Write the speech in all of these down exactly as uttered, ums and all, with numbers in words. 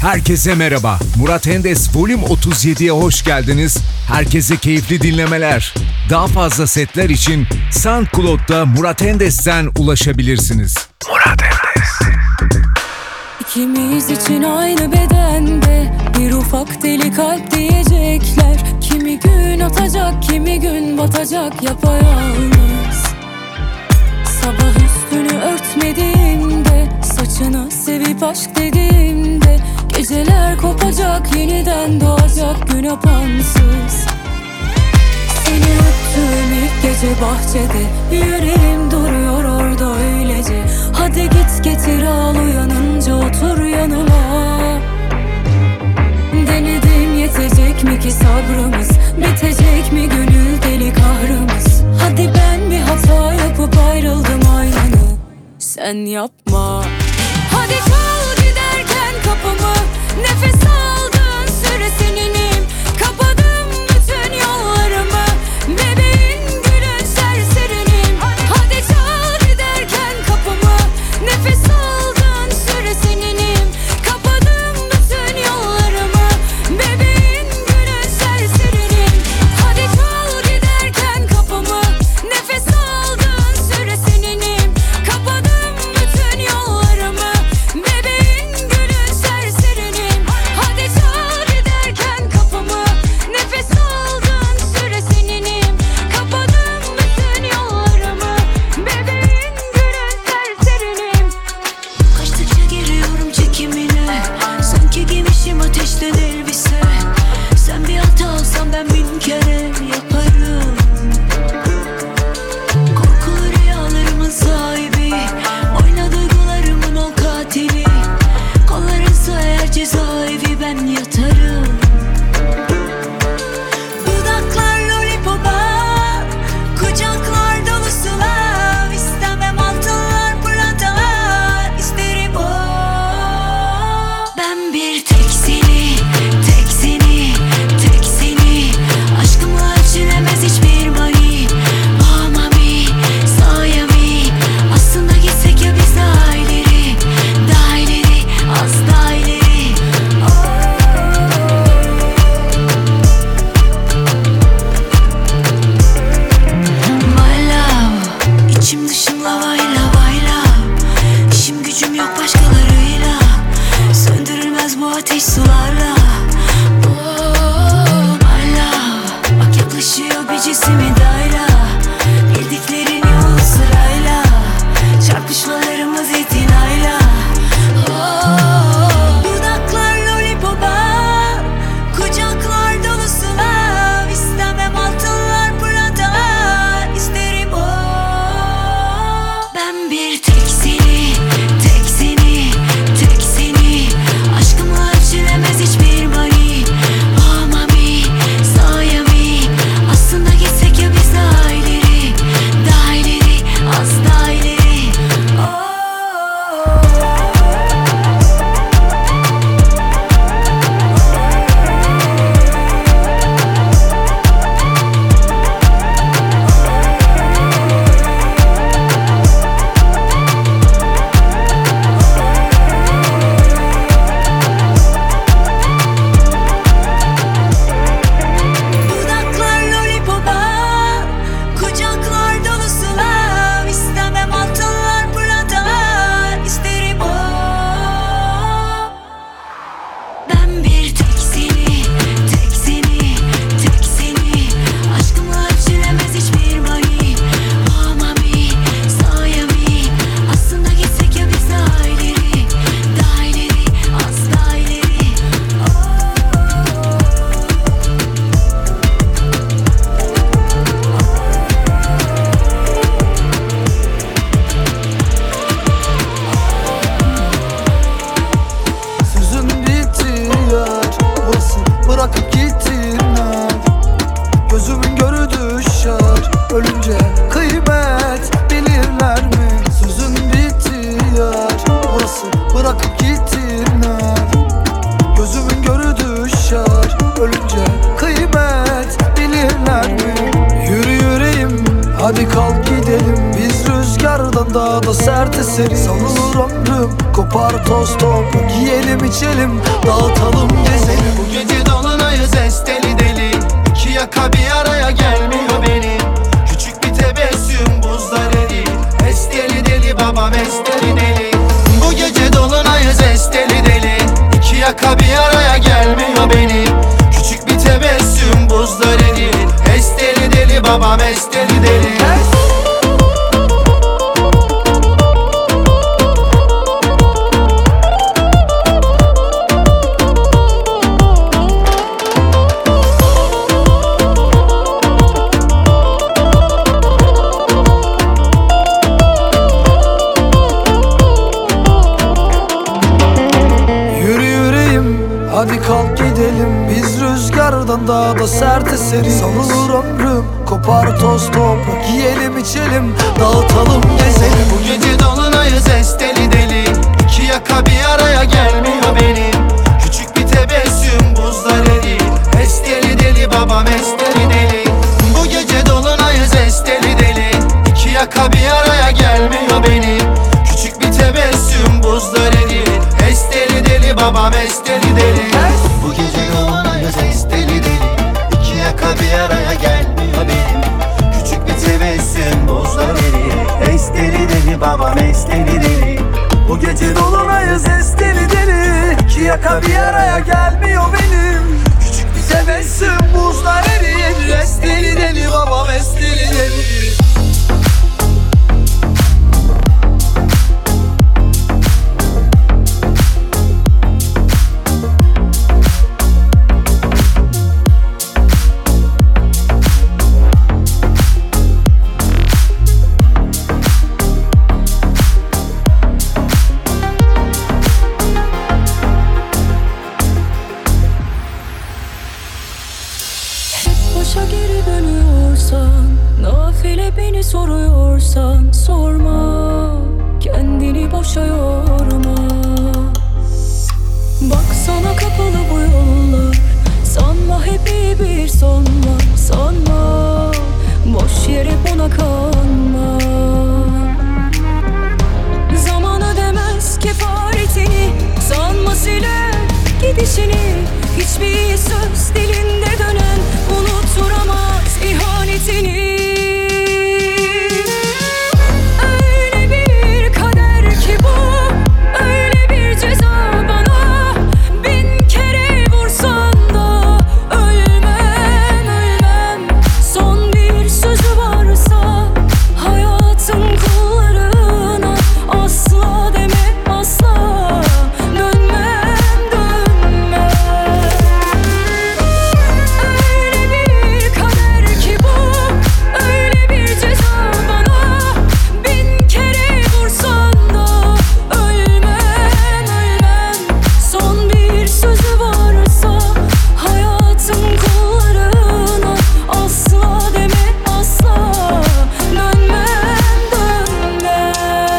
Herkese merhaba. Murat Endes Volüm otuz yediye hoş geldiniz. Herkese keyifli dinlemeler. Daha fazla setler için SoundCloud'da Murat Endes'ten ulaşabilirsiniz. Murat Endes. İkimiz için aynı bedende bir ufak deli kalp diyecekler. Kimi gün atacak, kimi gün batacak yapayalnız. Sabah üstünü örtmediğimde, saçını sevip aşk dediğimde, geceler kopacak, yeniden doğacak gün apansız. Seni öptüğüm ilk gece bahçede, yüreğim duruyor orada öylece. Hadi git getir al, uyanınca otur yanıma. Denedim, yetecek mi ki sabrımız, bitecek mi gönül deli kahrımız. Hadi ben bir hata yapıp ayrıldım aynını sen yapma. Hadi kal giderken kapımı, nefes aldığın süre seninim. Kapadım bütün yollarımı, bebeğin gülün serserinim. Hadi çal giderken kapımı, nefes aldığın süre seninim. Kapadım bütün yollarımı, bebeğin gülün serserinim. Hadi çal giderken kapımı, nefes aldığın süre seninim. Kapadım bütün yollarımı, bebeğin gülün serserinim. Hadi çal giderken kapımı, nefes aldığın süre seninim. Kapadım bütün yollarımı, bebeğin gülün serserinim. Kaçtıkça giriyorum çekimine, sanki giymişim ateşten elbise. Sen bir hata alsan ben bin kere yaparım. Korkulu rüyalarımın sahibi, oyna duygularımın ol katili. Kollarınsa eğer cezaevi ben yatarım. Dudaklar lollipopa, kucaklar dolusu lav. İstemem altınlar pırlantalar, isterim o. Ben bir tek seni, tek seni, tek seni. Aşkımla ölçülemez hiçbir mani. Mami, sayami. Aslında gitsek ya biz daha ileri, daha ileri, az daha ileri. My love, içim dışım lavayla bayla. İşim gücüm yok başkalarıyla, söndürülmez bu ateş sularla. Oh my love, bak yaklaşıyor bir cismi dayla. Bildiklerin yol sırayla, çarpışmalarımız itinayla. Oh, dudaklar lollipopa, kucaklar dolusu lav. İstemem altınlar pırlantalar, isterim o. Ben bir tek seni, tek seni, tek seni. Aşkımla ölçülemez hiçbir mani. Mami, sayami. Aslında gitsek ya biz daha ileri, daha ileri, az daha ileri. Oh. Dudaklar lollipopa, kucaklar dolusu lav. İstemem altınlar pırlantalar, isterim o. Ben bir tek seni, tek seni, tek seni. Aşkımla ölçülemez hiçbir mani. Mami, sayami. Aslında gitsek ya biz daha ileri, daha ileri, az daha ileri. Sözün bitiyor, burası bırakıp gittiler. Gözümün gördüğü şer, ölünce kıymet bilirler mi? Sözün bitiyor, burası bırakıp gittiler. Gözümün gördüğü şer, ölünce kıymet bilirler mi? Yürü yüreğim, hadi kalk gidelim. Biz rüzgardan daha da sert eseriz. Savrulur ömrüm, kopar Kopar toz toprak, yiyelim içelim, dağıtalım gezelim. Bu gece dolunayız es deli deli, İki yaka bir araya gelmiyor benim. Küçük bir tebessüm buzlar eridi. Es deli deli babam es deli deli. Bu gece dolunayız es deli deli, İki yaka bir araya gelmiyor benim. Küçük bir tebessüm buzlar eridi. Es deli deli babam es deli deli. Hadi kalk gidelim, biz rüzgardan daha da sert eseriz. Savrulur ömrüm, kopar toz toprak, yiyelim içelim, dağıtalım gezelim. Bu gece dolunayız es deli deli, İki yaka bir araya gelmiyor benim. Küçük bir tebessüm buzlar eridi. Es deli deli babam es deli deli. Bu gece dolunayız es deli deli, İki yaka bir araya gelmiyor benim. Küçük bir tebessüm buzlar eridi. Es deli deli babam es deli deli. Bu gece dolunayız es deli deli, İki yaka bir araya gelmiyor benim. Küçük bir tebessüm buzlar eridi. Es deli deli babam es deli deli. Bu gece dolunayız es deli deli, İki yaka bir araya gelmiyor benim. Küçük bir tebessüm buzlar erir. Es deli deli babam es deli deli. Başa geri dönüyorsan, nafile beni soruyorsan sorma, kendini boşa yorma. Baksana kapalı bu yollar, sanma hep iyi bir son var. Sanma, boş yere buna kanma. Zamanı demez kefaretini, sanma siler gidişini. Hiçbir söz dilinde dönen unuturamaz ihanetini. Öyle bir kader ki bu, öyle bir ceza bana. Bin kere vursan da ölmem, ölmem. Son bir sözü varsa hayatın kullarına, asla deme asla, dönmem dönmem. Öyle bir kader ki bu, öyle bir ceza bana. Bin kere vursan da ölmem, ölmem. Son bir sözü varsa hayatın kullarına, asla deme asla, dönmem dönmem.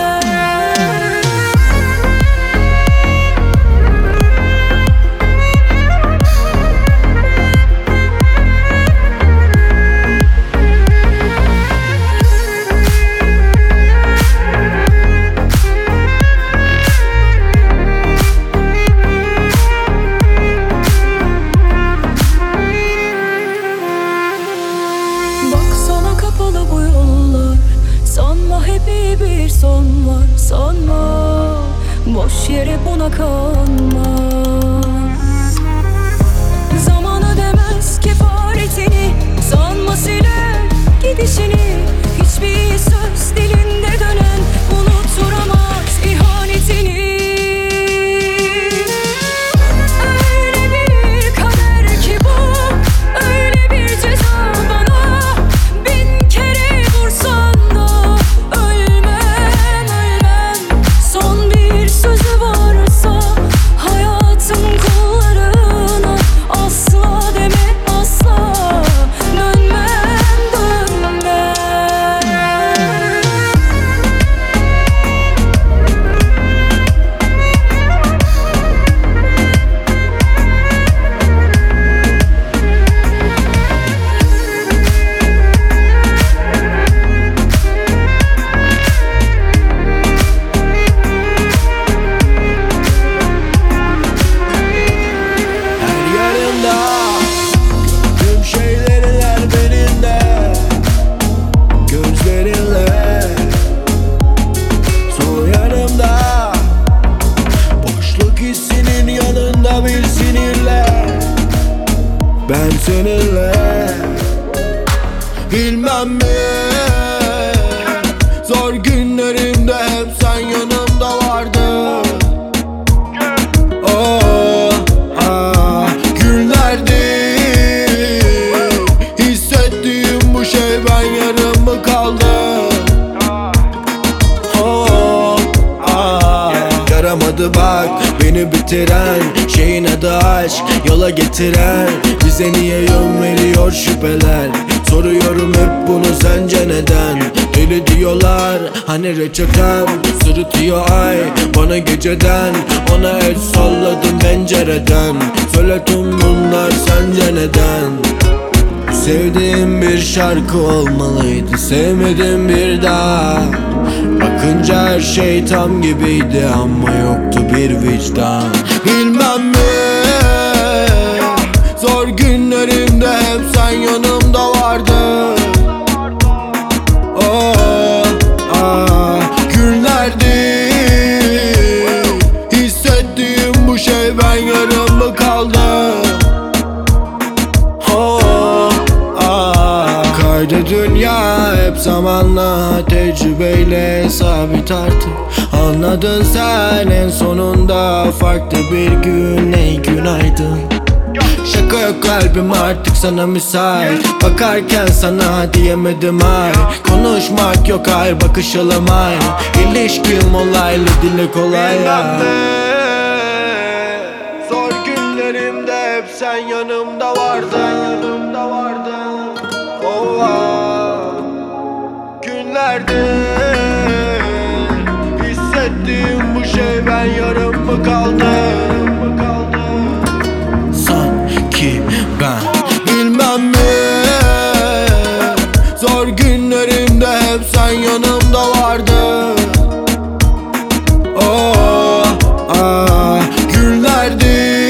Baksana kapalı bu yollar, sanma hep iyi bir son var. Sanma, boş yere buna kanma. Zamanı demez kefaretini, sanma siler gidişini. Hiçbir söz dilinde dönen unuturamaz ihanetini. Öyle bir kader ki bu, öyle bir ceza bana. Bin kere vursan da ölmem, ölmem. Son bir sözü varsa hayatın ben seninle. Bilmem mi, zor günlerimde hep sen yanımda vardın. Oh, ah, günlerdi hissettiğim bu şey, ben yarım mı kaldım? Oh, ah, yaramadı bak beni bitiren şeyin adı aşk, yola getiren bize niye yön veriyor şüpheler. Soruyorum hep bunu, sence neden? Deli diyorlar hani reçetem, sırıtıyor ay bana geceden. Ona el salladım pencereden, söyle tüm bunlar sence neden? Sevdiğim bir şarkı olmalıydı, sevmedim bir daha. Bakınca her şey tam gibiydi ama yoktu bir vicdan. Bilmem mi, zor günlerimde hep sen yanımda vardın. Oh, ah, günlerdi hissettiğim bu şey, ben yarım mı kaldım? Oh, ah, kaydı dünya hep zamanla, tecrübeyle sabit artık. Anladın sen en sonunda, farklı bir gün, ey günaydın. Şaka yok kalbim artık sana müsait, bakarken sana diyemedim ay. Konuşmak yok ay, bakışalım ay. İlişkim olaylı, dili kolay ya. Zor günlerimde hep sen yanımda vardın, yanımda vardın. Oh, ah, günlerde hissettiğim bu şey, ben yarım mı kaldım? Sanki ben bilmem mi, zor günlerimde hep sen yanımda vardın. Oh, ah, günlerdi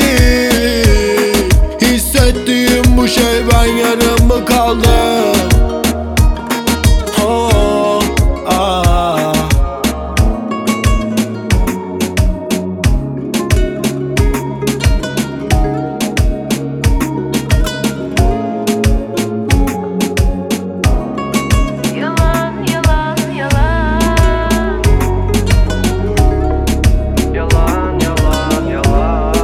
hissettiğim bu şey, ben yarım mı kaldım? Oh, ah. Yalan yalan yalan. Yalan yalan yalan.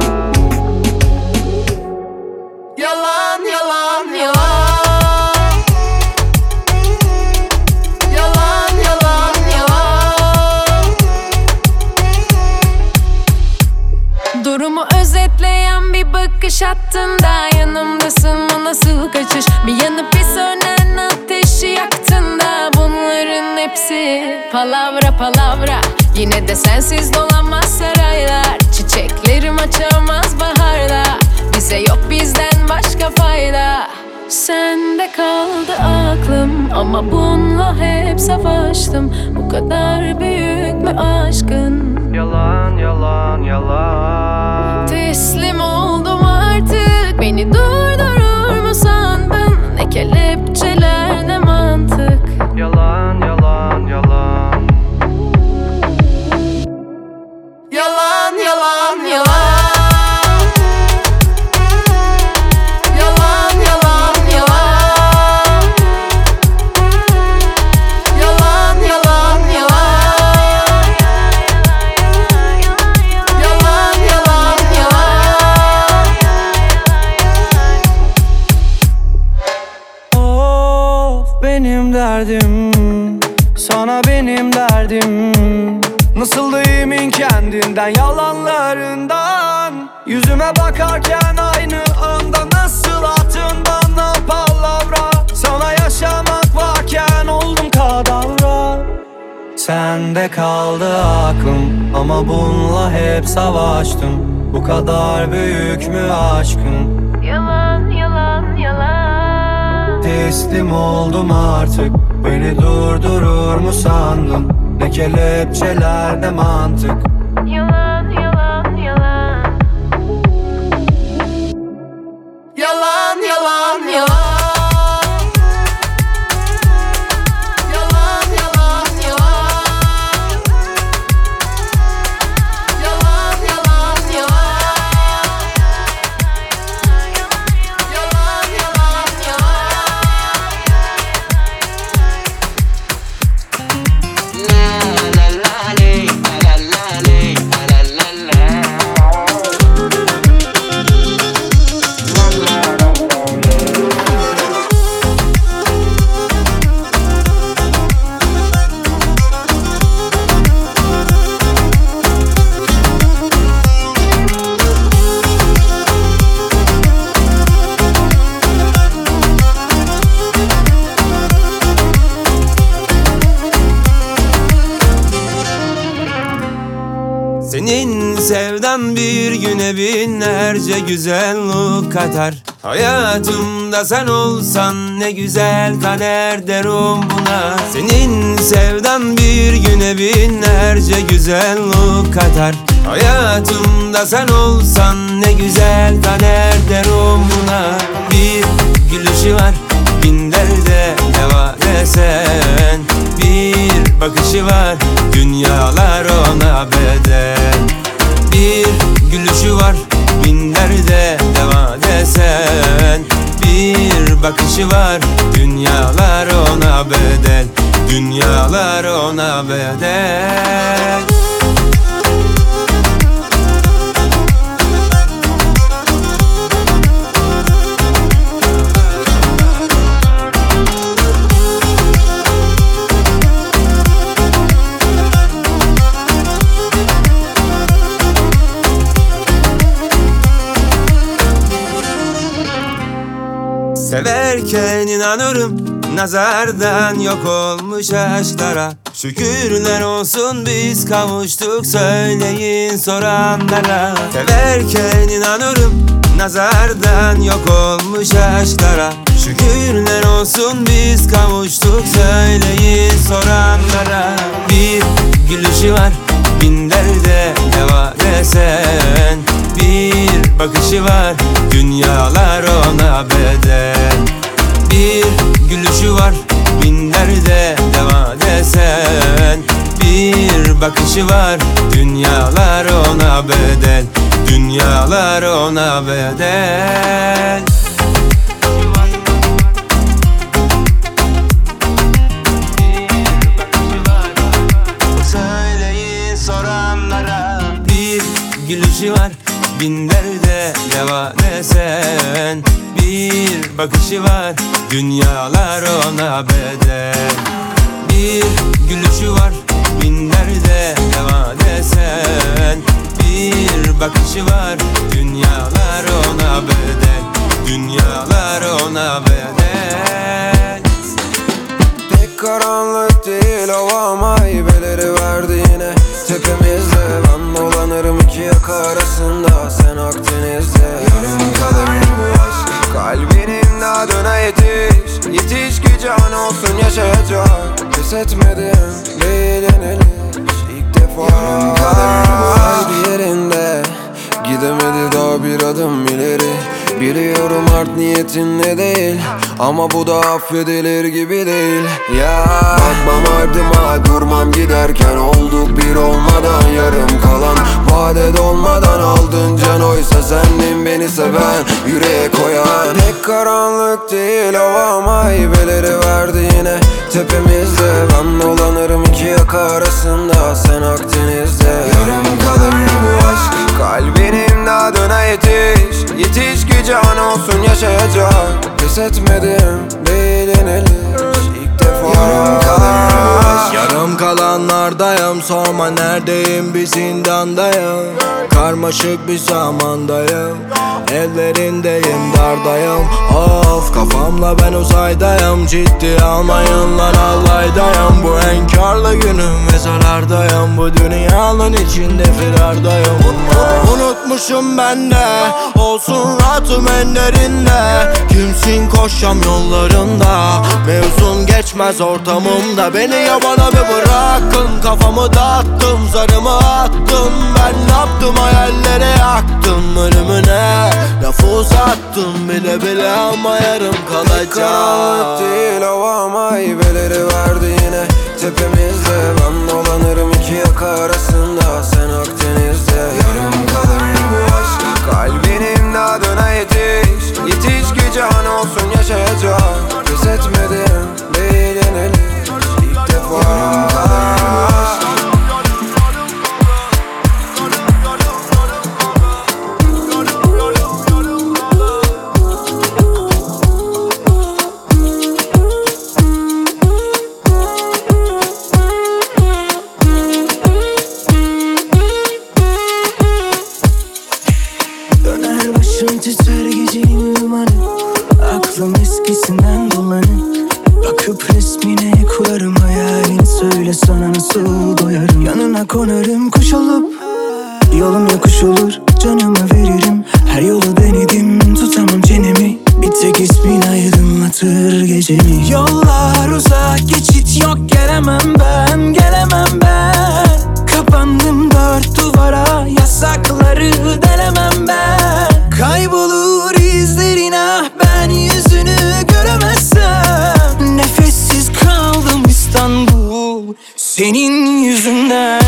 Yalan yalan Yalan. yalan yalan yalan. Durumu özetleyen bir bakış attığında, yanımdasın o nasıl kaçış? Bir yanıp bir sönen ateşi yaktığında, bunların hepsi palavra palavra. Yine de sensiz dolanmaz saraylar, çiçeklerim açamaz baharda. Bize yok bizden başka fayda. Sende kaldı aklım ama bununla hep savaştım. Bu kadar büyük mü aşkın? Yalan yalan yalan. Teslim oldum artık, beni durdurur mu sandın? Ne kelepçeler ne mantık. Yalan yalan yalan. Yalan yalan Yalan. yalan yalan yalan. Yalan yalan yalan. Yalan yalan yalan. Of benim derdim, sana benim derdim. Nasıl da emin kendinden, yalanlarından. Yüzüme bakarken aynı anda nasıl attın bana palavra. Sana yaşamak varken oldum kadavra. Sende kaldı aklım ama bununla hep savaştım. Bu kadar büyük mü aşkın? Yalan yalan yalan. Teslim oldum artık, beni durdurur mu sandın? Ne kelepçeler ne mantık. Yalan yalan yalan. Yalan yalan yalan. Yalan yalan yalan. Yalan yalan yalan. sevdan bir güne binlerce güzellik katar. Hayatımda sen olsan ne güzel kader derim buna. Senin sevdan bir güne binlerce güzellik katar. Hayatımda sen olsan ne güzel kader derim buna. Bir gülüşü var bin derde deva desen, bir bakışı var dünyalar ona bedel. Bir gülüşü var bin derde deva desen, bir bakışı var dünyalar ona bedel. Dünyalar ona bedel. Severken inanırım nazardan yok olmuş aşklara. Şükürler olsun biz kavuştuk söyleyin soranlara. Severken inanırım nazardan yok olmuş aşklara. Şükürler olsun biz kavuştuk söyleyin soranlara. Bir gülüşü var bin derde deva desen, bir bakışı var dünyalar ona bedel. Bir gülüşü var bin derde deva desen, bir bakışı var dünyalar ona bedel. Dünyalar ona bedel. Söyleyin soranlara. Bir gülüşü var bin derde deva desen, bir bakışı var dünyalar ona bedel. Bir gülüşü var bin derde deva desen, bir bakışı var dünyalar ona bedel. Dünyalar ona bedel. Pek karanlık değil hava ama hibeleri verdi yine tepemizde. Ben dolanırım iki yaka arasında, sen Akdeniz'de. Yarım kadar bu aşk, kalbinin adına yetiş. Yetiş ki can olsun yaşayacak. Pes etmedim değil yenilik ilk defa. Yarım kadar bu aşk yerinde, gidemedi daha bir adım ileri. Biliyorum art niyetin ne değil, ama bu da affedilir gibi değil. Ya bakmam ardıma, durmam giderken, olduk bir olmadan yarım kalan. Vade dolmadan aldın can, oysa sendin beni seven, yüreğe koyan. Pek karanlık değil hava ama hibeleri verdi yine tepemizde. Ben dolanırım iki yaka arasında, sen Akdeniz'de. Yarım kadar bu aşk, kalbinin adına yetiş. Yetiş ki can olsun yaşayacak. Pes etmedim değil yenilir ilk defa. Yarım kalan, yarım kalanlardayım, sorma neredeyim, bir zindandayım. Karmaşık bir zamandayım, ellerindeyim dardayım. Of kafamla ben uzaydayım, ciddi almayın lan allaydayım. Bu enkarlı günüm mezarlardayım, bu dünyanın içinde firardayım. Unutmuşum ben de, olsun rahatım enlerinde. Kimsin koşam yollarında, mevzun geçmez ortamımda. Beni yabana bir bırakın, kafamı dağıttım, zarımı attım. Ben ne yaptım, hayallere yaktım ölümüne. Lafı uzattım bile bile ama yarım kalacak. Karanlık değil hava ama hibeleri verdi yine tepemizde. Ben dolanırım iki yaka arasında, sen Akdeniz'de. Yarım kadar bu aşk, kalbinin adına yetiş. Yetiş ki can olsun yaşayacak. Pes etmedim değil yenilir ilk defa. Yarım kadar bu aşk. Titrer gecenin dumanı, aklım eskisinden dolanık. Bakıp resmine kurarım hayalin, söyle sana nasıl doyarım. Yanına konarım kuş olup, Yolum yokuş olur, canımı veririm. Her yolu denedim, tutamam çenemi. Bir tek ismin aydınlatır gecemi. Yollar uzak, geçit yok, gelemem ben, gelemem ben. Kapandım dört duvara, yasakları delemem ben. Kaybolur izlerin, ah ben yüzünü göremezsem. Nefessiz kaldım İstanbul, senin yüzünden.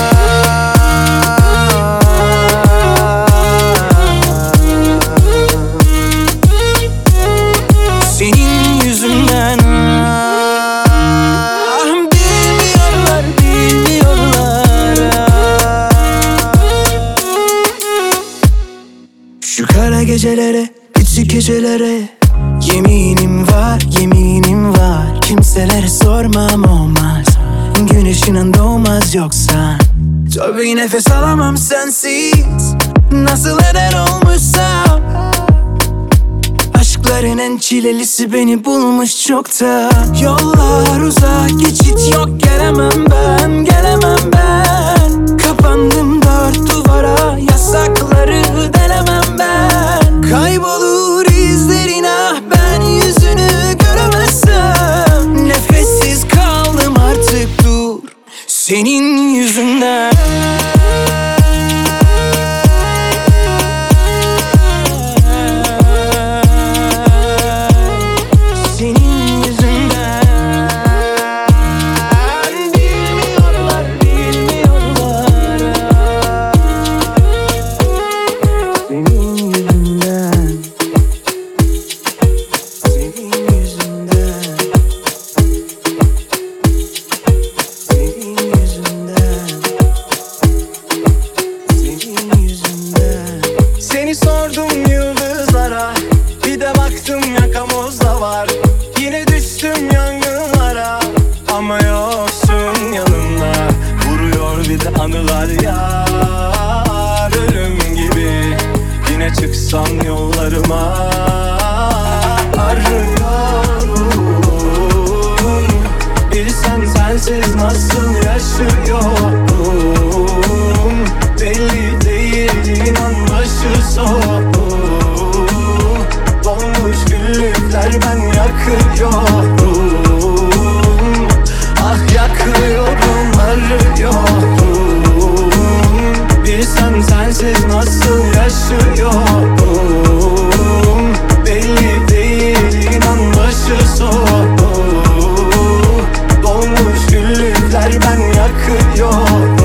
Senin yüzünden. Ah, bilmiyorlar, bilmiyorlar. Şu kara gecelere, küçük gecelere yeminim var, yeminim var. Kimselere sormam olmaz, güneşinin doğmaz yoksa. Tabii nefes alamam sensiz, nasıl eder olmuşsam. Aşkların en çilelisi beni bulmuş çokta. Yollar uzak, geçit yok, gelemem ben, gelemem ben. Kapandım dört duvara, yasakları delemem ben. Kaybolur izlerin, ah ben yüzünü göremezsem. Nefessiz kaldım artık, dur, senin yüzünden. Seni sordum yıldızlara, bir de baktım yakamozda var. Yine düştüm yangınlara, ama yoksun yanımda. Vuruyor bir de anılar yar, ölüm gibi. Yine çıksam yollarıma, arıyorum. Bilsen sensiz nasıl yaşıyorum. Belli değil, inan başı soğuk. Donmuş güllükler ben yakıyorum. Ah yakıyorum, arıyorum. Bilsem sensiz nasıl yaşıyorum. Belli değil, inan başı soğuk. Donmuş güllükler ben yakıyorum.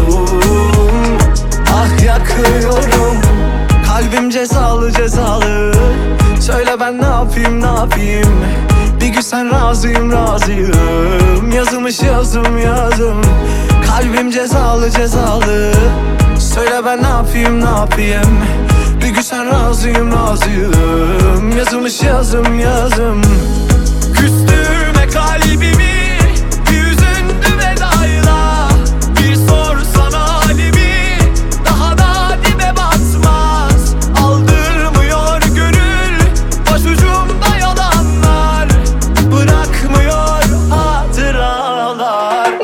Ah yakıyorum. Kalbim cezalı cezalı. Söyle ben ne yapayım ne yapayım. Bir gün sen razıyım razıyım. Yazılmış yazım yazım. Kalbim cezalı cezalı. Söyle ben ne yapayım ne yapayım. Bir gün sen razıyım razıyım. Yazılmış yazım yazım. Küstürme kalbimi, bir üzüntü vedayla. Bir sorsana halimi, daha da dibe batmaz. Aldırmıyor gönül, başucumda yalanlar. Bırakmıyor hatıralar.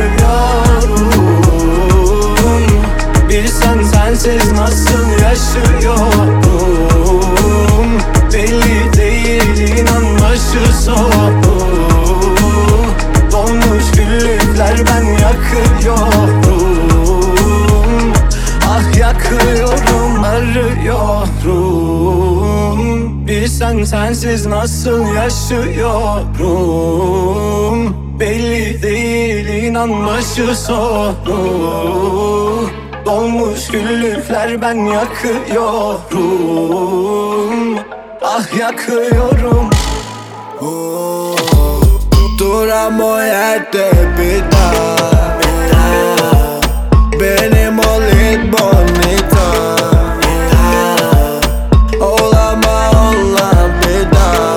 Arıyorum. Bilsen sensiz nasıl yaşıyorum. Belli değil, inan başı soğuk. Donmuş güllükler ben yakıyorum. Ah yakıyorum, arıyorum. Bilsen sensiz nasıl yaşıyorum. Belli değil, inan başı soğuk. Dolmuş güllükler ben yakıyorum. Ah yakıyorum. Oh, duram o yerde bir daha. Benim o lit bonita. Olama olan bir daha.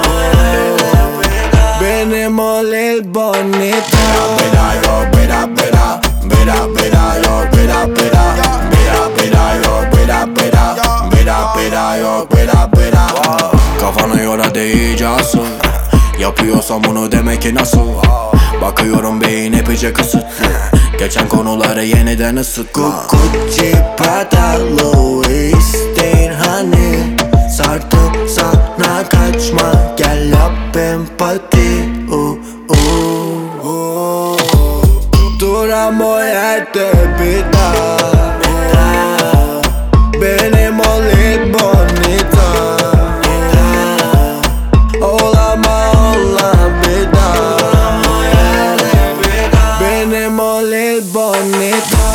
Benim o lit bonita. Beda yo beda beda. Beda beda yo beda beda. Beda beda yo beda beda. Beda beda yo beda beda. Kafana göre değeceksin. Yapıyorsam bunu demek ki nasıl? Bakıyorum beyin epeyce kısıtlı. Geçen konuları yeniden ısıtma. Gucci, Prada, Louis değil hani. Sardım sana kaçma. Gel yap empati. uh, uh, uh. Duram o yerde bir daha. Benim o Lil Bonita. Olama ola bir daha. Benim o Lil Bonita.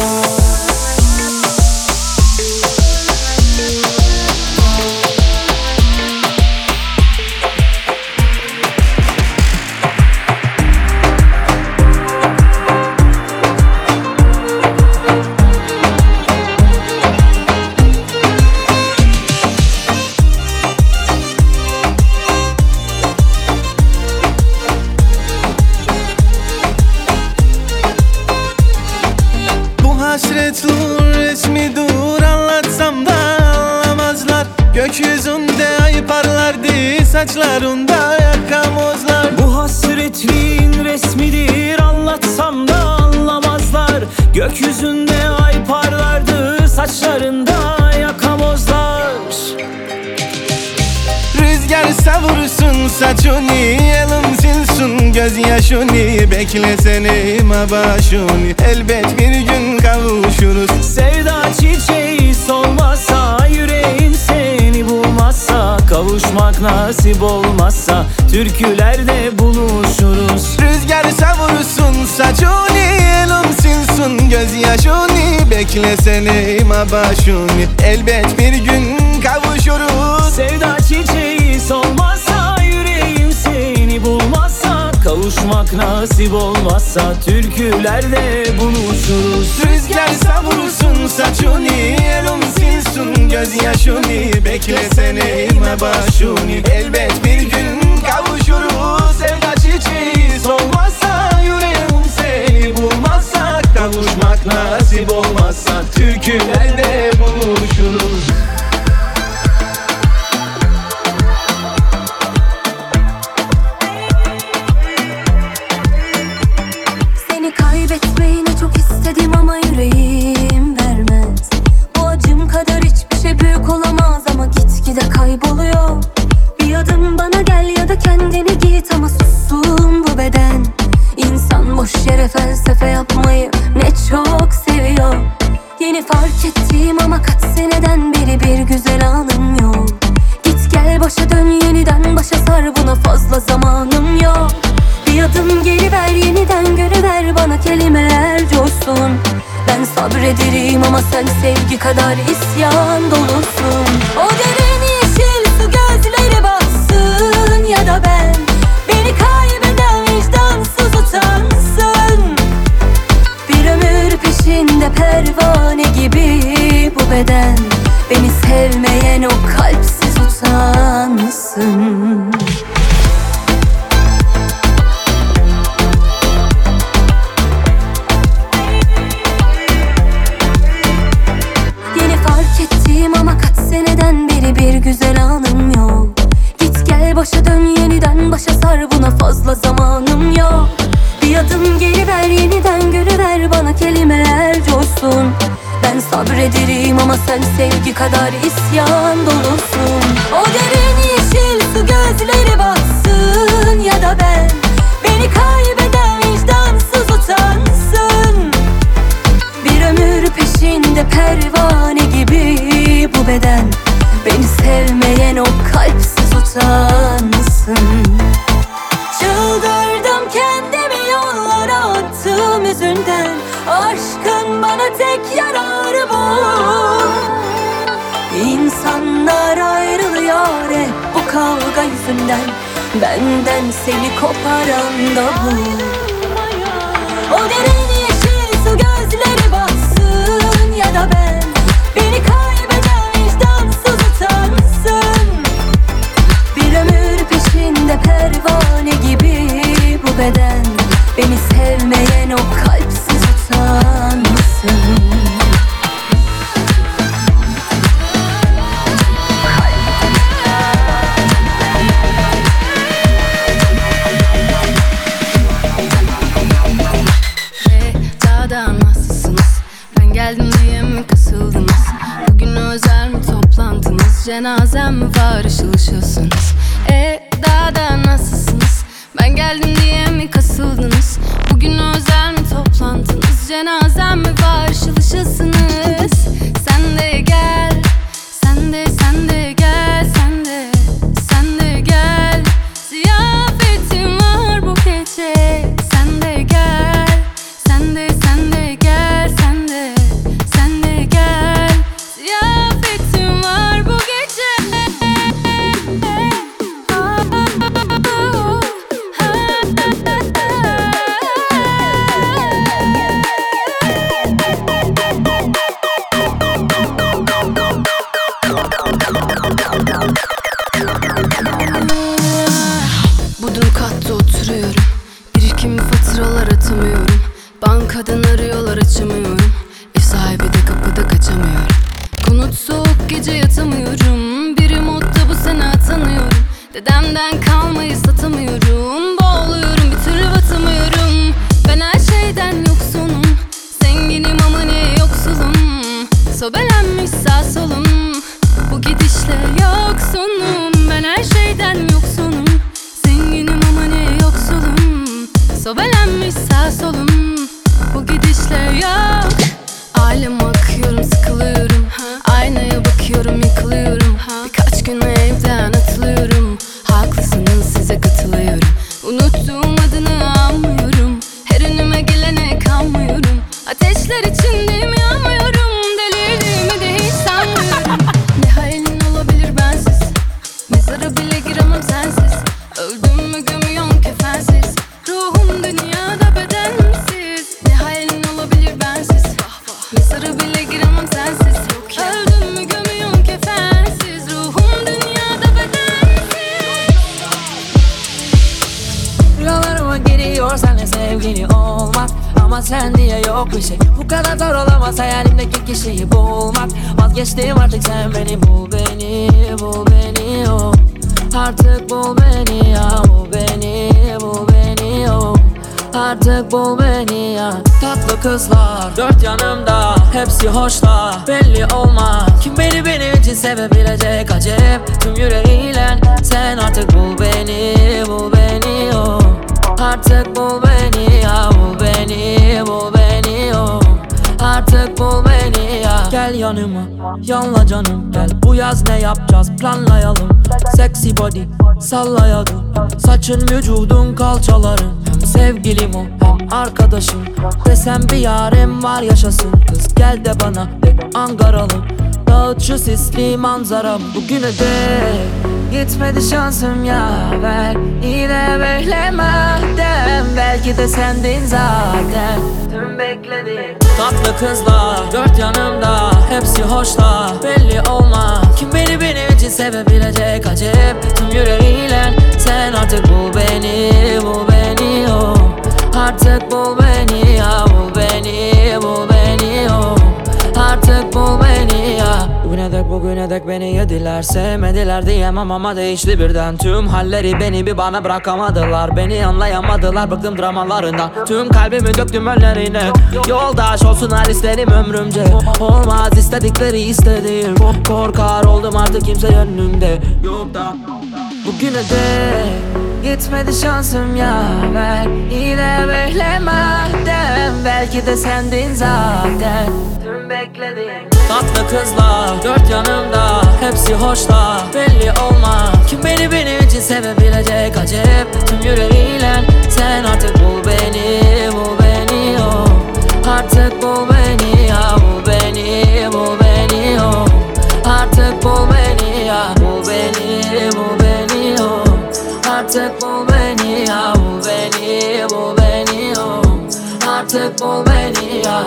Hasretli resmi dur anlatsam da anlamazlar. Gökyüzünde ay parlardı, saçlarında yakamozlar. Bu hasretin resmidir anlatsam da anlamazlar. Gökyüzünde ay parlardı, saçlarında yakamozlar. Rüzgar savursun saçını, elin silsin gözyaşını. Beklesene başını, elbet bir gün kavuşuruz. Sevda çiçeği solmazsa, yüreğim seni bulmazsa, kavuşmak nasip olmazsa türkülerde buluşuruz. Rüzgar savursun saçını, elin silsin gözyaşını. Beklesene başını, elbet bir gün kavuşuruz. Sevda çiçeği solmazsa, yüreğim seni bulmazsa, kavuşmak nasip olmazsa türkülerde buluşuruz. Rüzgar savursun saçını, elin silsin gözyaşını. Beklesene başını, elbet bir gün kavuşuruz. Sevda çiçeği solmazsa, yüreğim seni bulmazsa, kavuşmak nasip olmazsa türkülerde buluşuruz. Seni kaybetmeyi ne çok istedim ama yüreğim vermez. Bu acım kadar hiçbir şey büyük olamaz ama gitgide kayboluyor. Bir adım bana gel ya da kendini git ama sussun bu beden. İnsan boş yere felsefe yapmayı ne çok seviyor. Yeni fark ettiğim ama kaç seneden beri bir güzel anım yok. Git gel başa dön yeniden başa sar, buna fazla zamanım yok. Bir adım geri ver yeniden görüver bana kelimeler coşsun. Ben sabrederim ama sen sevgi kadar isyan dolusun. O derin yeşil su gözleri baksın ya da ben, beni kaybeden vicdansız utansın. Bir ömür peşinde pervane gibi bu beden, beni sevmeyen o kalpsiz utansın. Yeni fark ettiğim ama kaç seneden beri bir güzel anım yok. Git gel başa dön yeniden başa sar, buna fazla zamanım yok. Bir adım geri ver yeniden görüver bana kelimeler coşsun. Ben sabrederim ama sen sevgi kadar isyan dolusun. O derin yeşil su gözleri baksın ya da ben, beni kaybeden vicdansız utansın. Bir ömür peşinde pervane gibi bu beden, beni sevmeyen o kalpsiz utansın. Çıldırdım kendimi yollara attığım yüzünden. Aşkın bana tek yararı bu. İnsanlar ayrılıyor hep bu kavga yüzünden. Benden seni koparan da bu. O derin yeşil su gözleri baksın ya da ben, beni kaybeden vicdansız utansın. Bir ömür peşinde pervane gibi bu beden, beni sevmeyen o kalpsiz utansın. cenazem mi var ışıl ışılsınız? E daha da nasılsınız? Ben geldim diye mi kasıldınız? Bugün özel mi toplantınız? Cenazem mi var ışıl ışılsınız? Sen de gel, sen de sen de gel, sen de sen de gel. Ziyafetim var bu gece. Sen de gel, sen de sen de gel, sen de sen de gel. Ziyafetim var bu gece. Bodrum katta oturuyorum. Birikim faturalar atamıyorum. Bankadan arıyorlar açamıyorum. Ev sahibi de kapıda kaçamıyorum. Konut soğuk gece yatamıyorum. Biri modda bu sene atanıyorum. Dedemden kalmayı satamıyorum. Boğuluyorum bir türlü batamıyorum. Ben her şeyden yoksunum. Zenginim ama ne yoksulum. Sobelenmiş sağ solum. Bu gidişle yoksunum. Ben her şeyden yoksunum. Zenginim ama ne yoksulum. Sobelenmiş sağ solum. Bu gidişle yok. Aileme akıyorum sıkılıyorum. Aynaya bakıyorum yıkılıyorum. Birkaç gün evden atılıyorum. Haklısınız size katılıyorum. Unuttuğum adını anmıyorum. Her önüme gelene kanmıyorum. Ateşler içindeyim yanmıyorum. Delirdiğimi de hiç sanmıyorum. Ne hayalin olabilir bensiz? Mezara bile giremem sensiz. Öldüm mü gömüyorum kefensiz. Ruhum dünyada bedensiz. Ne hayalin olabilir bensiz? Mezara bile giremem sensiz. Öldüm mü gömüyorum kefensiz. Ruhum dünyada bedensiz. Rüyalarıma giriyor seninle sevgili olmak. Ama sen diye yok bir şey. Bu kadar zor olamaz hayalimdeki kişiyi bulmak. Vazgeçtim artık sen beni bul beni. Bul beni oh. Artık bul beni ya. Bul beni bul beni oh. Artık bul beni ya. Tatlı kızlar dört yanımda. Hepsi hoşla belli olmaz. Kim beni benim için sevebilecek acep. Tüm yüreğiyle sen artık bul beni. Bul beni oh. Artık bul beni ya. Bul beni bul beni oh. Artık bul beni ya. Gel yanıma yanla canım gel. Bu yaz ne yapacağız planlayalım. Sexy body sallayalım. Saçın vücudun kalçaların. Hem sevgilim o hem arkadaşım. Desem bir yarim var yaşasın. Kız gel de bana de Ankaralım. Dağıt şu sisli manzaram. Bugüne dek gitmedi şansım yaver. İyi de beklemeden. Belki de sendin zaten. Tüm beklediğim tatlı kızlar dört yanımda. Hepsi hoşla belli olmaz. Kim beni benim için sevebilecek acep. Tüm yüreğiyle sen artık bul beni. Bul beni oh. Artık bul beni ya. Bul beni bul beni oh. Artık bul beni ya. Bugüne dek bugüne dek beni yediler. Sevmediler diyemem ama değişti birden. Tüm halleri beni bir bana bırakamadılar. Beni anlayamadılar bıktım dramalarından. Tüm kalbimi döktüm önlerine. Yoldaş olsunlar isterim ömrümce. Olmaz istedikleri istediğim. Korkar oldum artık kimse önümde yok da. Bugüne dek gitmedi şansım yaver. İyi de beklemeden. Belki de sendin zaten. Tüm beklediğim tatlı kızlar dört yanımda. Hepsi hoşla belli olmaz. Kim beni benim için sevebilecek acep. Tüm yüreğiyle sen artık bul beni. Bul beni oh. Artık bul beni ya. Bul beni bul beni oh. Artık bul beni ya. Bul beni bul beni oh. Artık bul beni ya. Bul beni bul beni oh. Artık bul beni ya.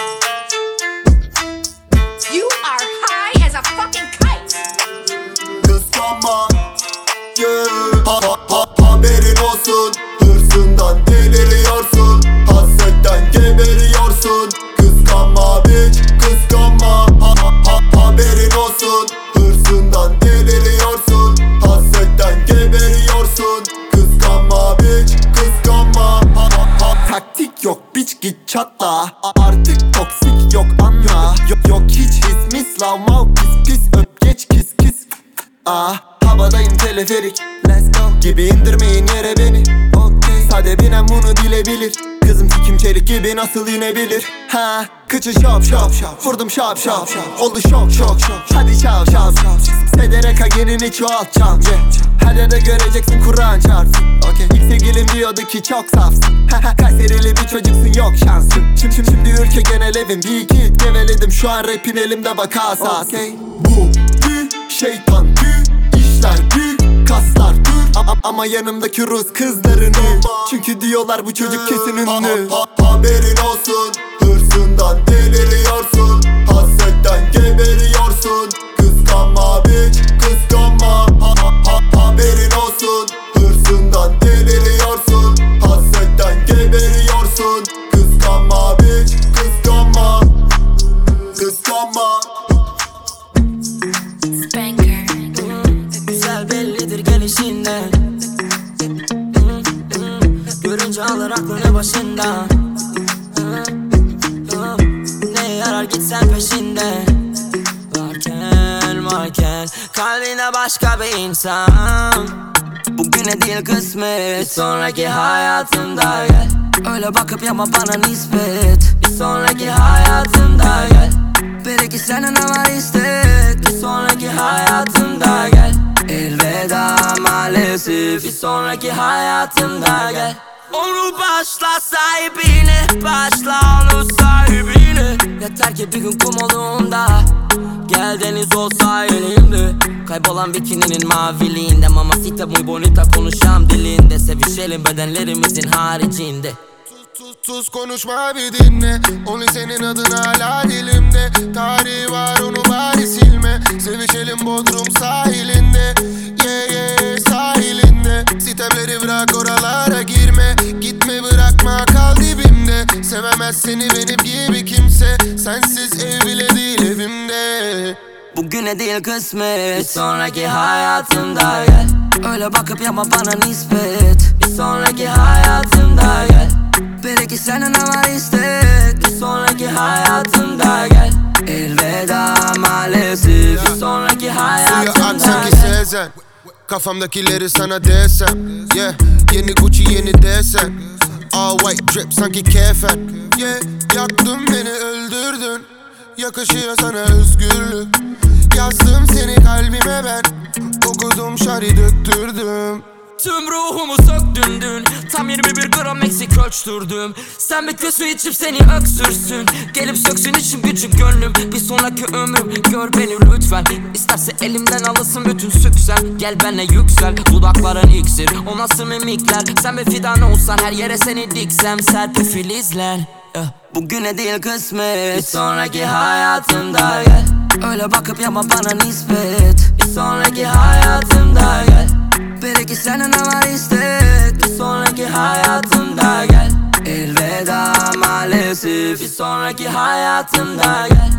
You are high as a fucking kite. Kıskanma yeah. ha, ha, ha, Haberin olsun. Hırsından deliriyorsun. Hasretten geberiyorsun. Kıskanma bitch. Kıskanma ha, ha, ha, Haberin olsun. Hırsından deliriyorsun. Hasretten geberiyorsun. Kıskanma bitch. Kıskanma ha, ha, ha. Taktik yok bitch git çatla. Artık toksik yok anla. Yok, yok hiç his mis love mav pis pis öp geç kis kis. Ah havadayım teleferik, let's go gibi indirmeyin yere beni. Okay. Sade binen bunu bilebilir. Kızım sikim çelik gibi nasıl inebilir? Ha, kıçı şop şop şop, vurdum şop şop şop, oldu şok şok şok. Hadi çal çal, Sedereka gelini çoğaltacağım, yeah. Her yerde göreceksin Kur'an çarpsın, okay. İlk sevgilim diyordu ki çok safsın. Kayserili bir çocuksun, yok şansın. Şimdi, şimdi, şimdi ülke genel evim, bir iki hit geveledim. Şu an rapin elimde bak asas, okay. Bu bir şeytan tüy, işler büyük, kaslar dur. Ama, ama yanımdaki Rus kızlarını, çünkü diyorlar bu çocuk kesin ünlü. ha, ha, Haberin olsun, hırsından deliriyorsun, hasretten geberiyorsun. Kıskanma bitch, kıskanma. ha, ha, ha, Haberin olsun, hırsından deliriyorsun, hasretten geberiyorsun. Kıskanma bitch, kıskanma. Kıskanma. Spanker. Güzel bellidir gelişinden. Görünce alır aklını başından. Ne yarar gitsen peşinde. Varken varken kalbine başka bir insan. Bugüne değil kısmet, sonraki hayatında gel. Öyle bakıp yapma bana nispet. Bir sonraki hayatında gel. Belki senin ama istek. Bir sonraki hayatında gel. Elveda maalesef. Bir sonraki hayatında gel. Onu başla sahibine, başla onu sahibine. Yeter ki bir gün kum olduğunda gel deniz olsa elimde. Kaybolan bikininin maviliğinde, mamacita muy bonita konuşan dilinde. Sevişelim bedenlerimizin haricinde. Sus sus konuşma bir dinle. Onu senin adın hala dilimde. Tarihi var onu bari silme. Sevişelim Bodrum sahilinde. Yeah yeah sahilinde. Sitemleri bırak oralara girme. Gitme bırakma kal dibimde. Sevemez seni benim gibi kimse. Sensiz ev bile değil evimde. Bugüne değil kısmet, bir sonraki hayatında gel. Öyle bakıp yapma bana nispet. Bir sonraki hayatında gel. Belki senin ama istek. Bir sonraki hayatında gel. Elveda maalesef. Bir sonraki hayatında Suya at sanki Sezen. Kafamdakileri sana desem, yeah. Yeni Gucci yeni desen. All white drip sanki kefen, yeah. Yaktın beni öldürdün. Yakışıyor sana özgürlük. Yazdım seni kalbime ben. Okudum şari döktürdüm. Tüm ruhumu söktün dün. Tam yirmi bir gram eksik ölçtürdüm. Sen bekliyorsun içip seni öksürsün. Gelip söksün içim gücüm gönlüm. Bir sonraki ömrüm gör beni lütfen. İsterse elimden alırsın bütün süksen. Gel benle yüksel, dudakların iksir. O nasıl mimikler. Sen bir fidan olsan her yere seni diksem. Serpil filizler, yeah. Bugüne değil kısmet, bir sonraki hayatında gel. Öyle bakıp yapma bana nispet. Bir sonraki hayatında gel. Belki senin ama istek. Bir sonraki hayatında gel. Elveda maalesef. Bir sonraki hayatında gel.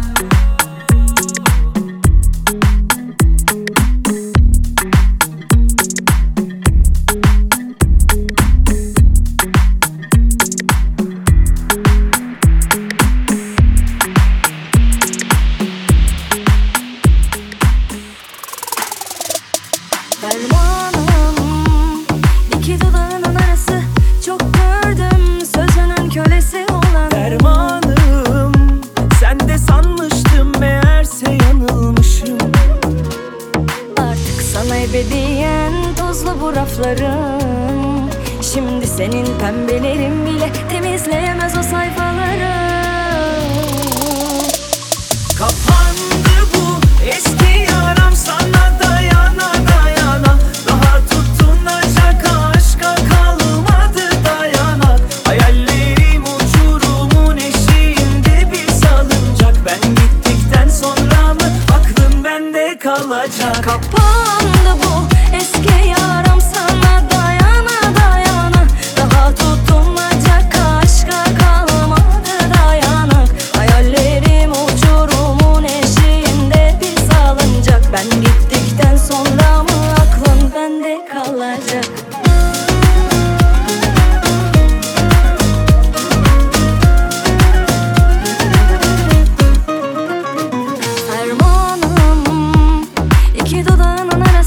Ebediyen tozlu bu raflarım. Şimdi senin pembelerin bile temizleyemez o sayfaları. Kapandı bu eski yaram, sana dayana dayana. Daha tutunacak aşka kalmadı dayanak. Hayallerim uçurumun eşiğinde bir salıncak. Ben gittikten sonra mı aklın bende kalacak? Kapandı bu eski yaram, sana dayana dayana. Daha tutunacak aşka kalmadı dayanak. Hayallerim uçurumun eşiğinde bir salıncak. Ben gittikten sonra mı aklın bende kalacak? Fermanım iki dudağının arasında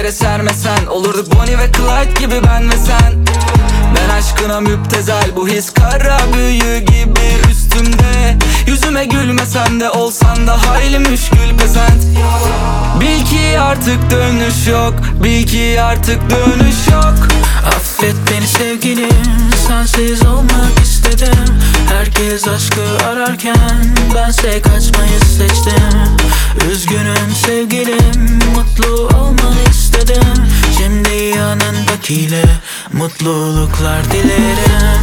yere sermesen, olurduk Bonnie ve Clyde gibi ben ve sen. Ben aşkına müptezel, bu his kara büyü gibi üstümde. Yüzüme gülmesen de olsan da hayli müşkül pesent. Bil ki artık dönüş yok, bil ki artık dönüş yok. Affet beni sevgilim, sensiz olmak istedim. Herkes aşkı ararken bense kaçmayı seçtim. Üzgünüm sevgilim, mutlu olmanı istedim. Şimdi yanındakiyle mutluluklar dilerim.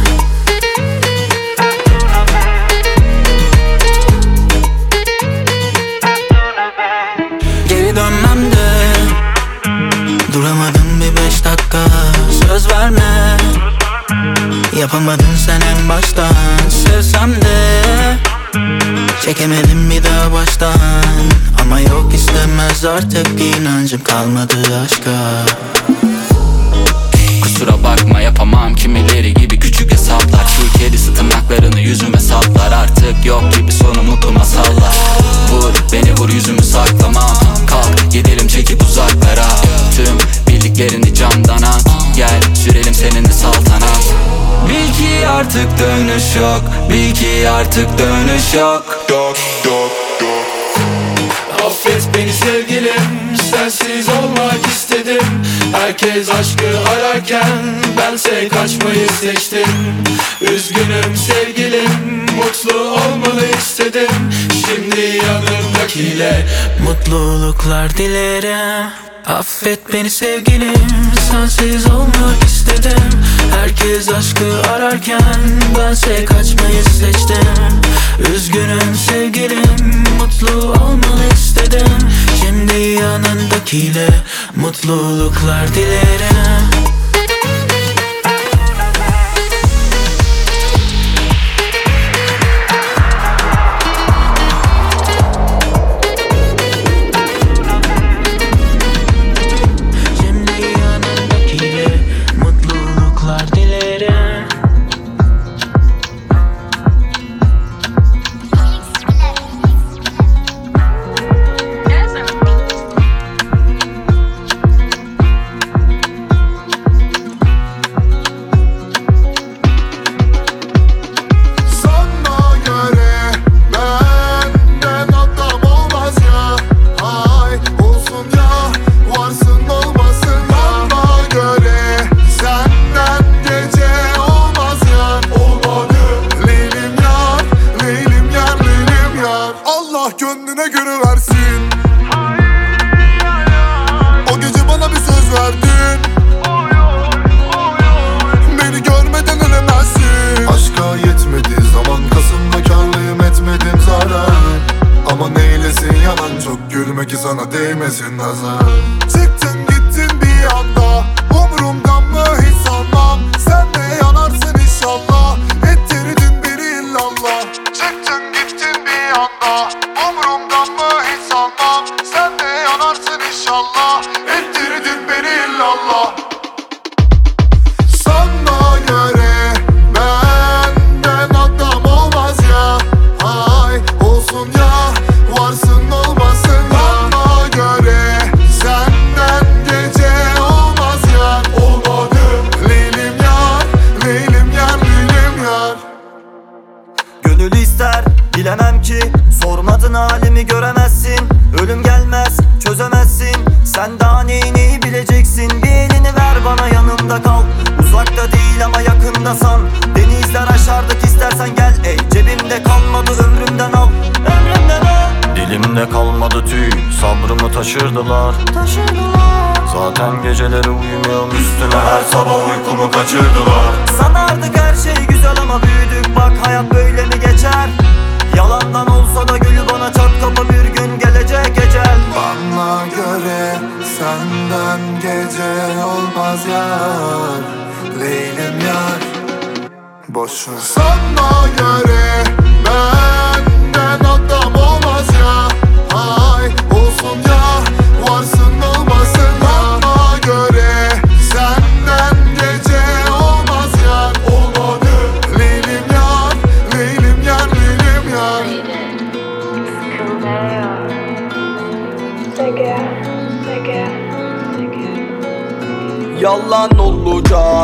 Geri dönmem de duramadım bir beş dakika. Söz verme, yapamadın sen en baştan. Sevsem de çekemedim bir daha baştan. Ama yok istemez artık, inancım kalmadı aşka. Kusura bakma yapamam kimileri gibi küçük hesaplar. Çiğ kedisi tırnaklarını yüzüme saplar. Artık yok gibi sonu mutlu masallar. Vur beni vur yüzümü saklamam. Kalk gidelim çekip uzaklara. Tüm bildiklerini camdan at. Gel sürelim seninle saltanat. Bil ki artık dönüş yok, bil ki artık dönüş yok. Yok yok yok. Affet beni sevgilim, sensiz olmak istedim. Herkes aşkı ararken bense kaçmayı seçtim. Üzgünüm sevgilim, mutlu olmanı istedim. Şimdi yanımdakiyle mutluluklar dilerim. Affet beni sevgilim, sensiz olmak istedim. Herkes aşkı ararken bense kaçmayı seçtim. Üzgünüm sevgilim, mutlu olmanı istedim. Şimdi yanındakiyle mutluluklar dilerim. Gönlüne göre versin. O gece bana bir söz verdin. Beni görmeden ölemezsin. Aşka yetmedi zaman, Kasım'da karlıyım etmedim zarar. Ama neylesin yalan, çok gülme ki sana değmesin nazar. Çıktın gittin bir anda, umurumdan mı hiç sanmam. Sen de yanarsın inşallah, ettirdin beni illallah. Çıktın gittin bir anda, umurumdan mı hiç sanmam. Sen de yanarsın inşallah, ettirdin beni illallah. Sana göre benden adam olmaz ya. Hay olsun ya, varsın olmasın ya. Bana göre senden gece olmaz ya. Olmadı Leylim yar, Leylim yar, Leylim yar. Gönül ister, bilemem ki. Sormadın halimi göremezsin. Ölüm gelmez, çözemezsin. Sen daha neyi neyi bileceksin. Bir elini ver bana, yanımda kal. Uzakta değil ama yakında san. Denizler aşardık istersen gel. Ey cebimde kalmadı, ömrümden al. Ömrümden al. Dilimde kalmadı tüy, sabrımı taşırdılar. Taşırdılar. Zaten geceleri uyumuyorum üstüne, her sabah uykumu kaçırdılar. Sanardık her şey güzel ama büyüdük, bak hayat böyle mi geçer? Yalandan olsa da gülü bana çat kapı, bir gün gelecek ecel. Bana göre senden gece olmaz yar. Leylim yar, boşver. Sana göre benden adam olmaz ya. Hay olsun ya, varsın olmasın ya. Bana göre senden gece olmaz yar. Olmadı Leylim yar, Leylim yar, Leylim yar. Take care, take care, take care.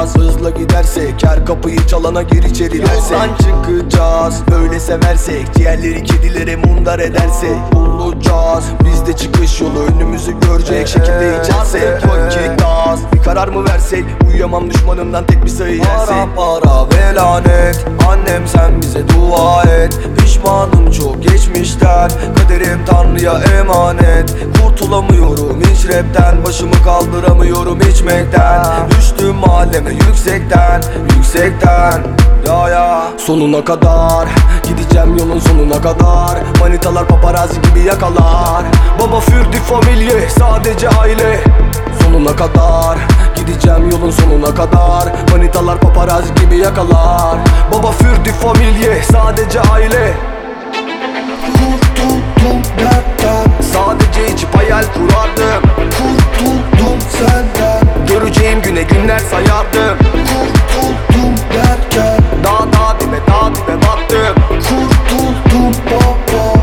olacağız. Hızla gidersek her kapıyı çalana gir içeri dersek. Yoldan çıkacağız böyle seversek. Ciğerleri kedilere mundar edersek. Bulacağız biz de çıkış yolu, önümüzü görecek şekilde içersek. Vakit az, bir karar mı versek? Uyuyamam düşmanımdan tek bir sayı yersek. Para para ve lanet, annem sen bize dua et. Pişmanım çok geçmişten, kaderim Tanrı'ya emanet. Kurtulamıyorum hiç rapten, başımı kaldıramıyorum içmekten. Düştüm mahalleme yüksekten, yüksekten. Ya ya sonuna kadar gideceğim, yolun sonuna kadar. Manitalar paparazzi gibi yakalar. Baba für die Familie, sadece aile. Sonuna kadar gideceğim, yolun sonuna kadar. Manitalar paparazzi gibi yakalar. Baba für die Familie, sadece aile. Kurtuldum dertten, sadece içip hayal kurardım. Kurtuldum senden, göreceğim güne günler sayardım. Kurtuldum derken, dağ dağ dibe dağ dibe battım. Kurtuldum baba.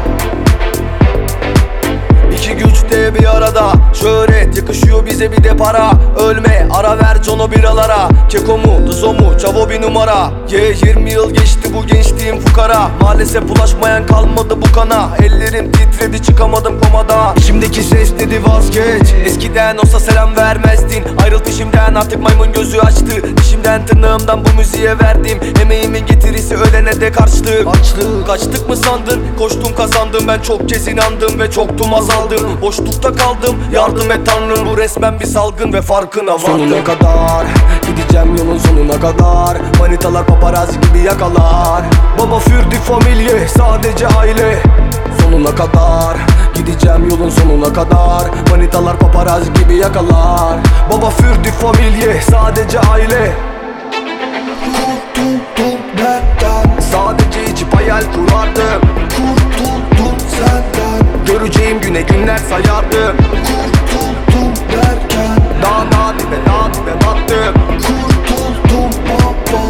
İki güç de bir arada, şöhret yakışıyor bize bir de para. Ölme ara ver Jono biralara. Keko mu Duzo mu Çavo bir numara. Ye yeah, yirmi yıl geçti bu gençliğim fukara. Maalesef bulaşmayan kalmadı bu kana. Ellerim titredi çıkamadım komadan. İçimdeki ses dedi vazgeç. Eskiden olsa selam vermezdin. Ayrıl peşimden artık maymun gözü açtı. Dişimden tırnağımdan bu müziğe verdim. Emeğimin getirisi ölene de karşılık. Açlık kaçtık mı sandın? Koştum kazandım, ben çok kez inandım ve çoktum azaldım. Boşlukta kaldım, yardım et Tanrım. Bu resmen bir salgın ve farkına vardım. Sonuna kadar gideceğim, yolun sonuna kadar. Manitalar paparazzi gibi yakalar. Baba für die Familie, sadece aile. Sonuna kadar gideceğim, yolun sonuna kadar. Manitalar paparazzi gibi yakalar. Baba für die Familie, sadece aile. Kurtuldum dertten, sadece içip hayal kurardım. Kurtuldum senden, göreceğim güne günler sayardım. Kurtuldum derken, dağ dağ dibe dağ dibe battım. Kurtuldum baba.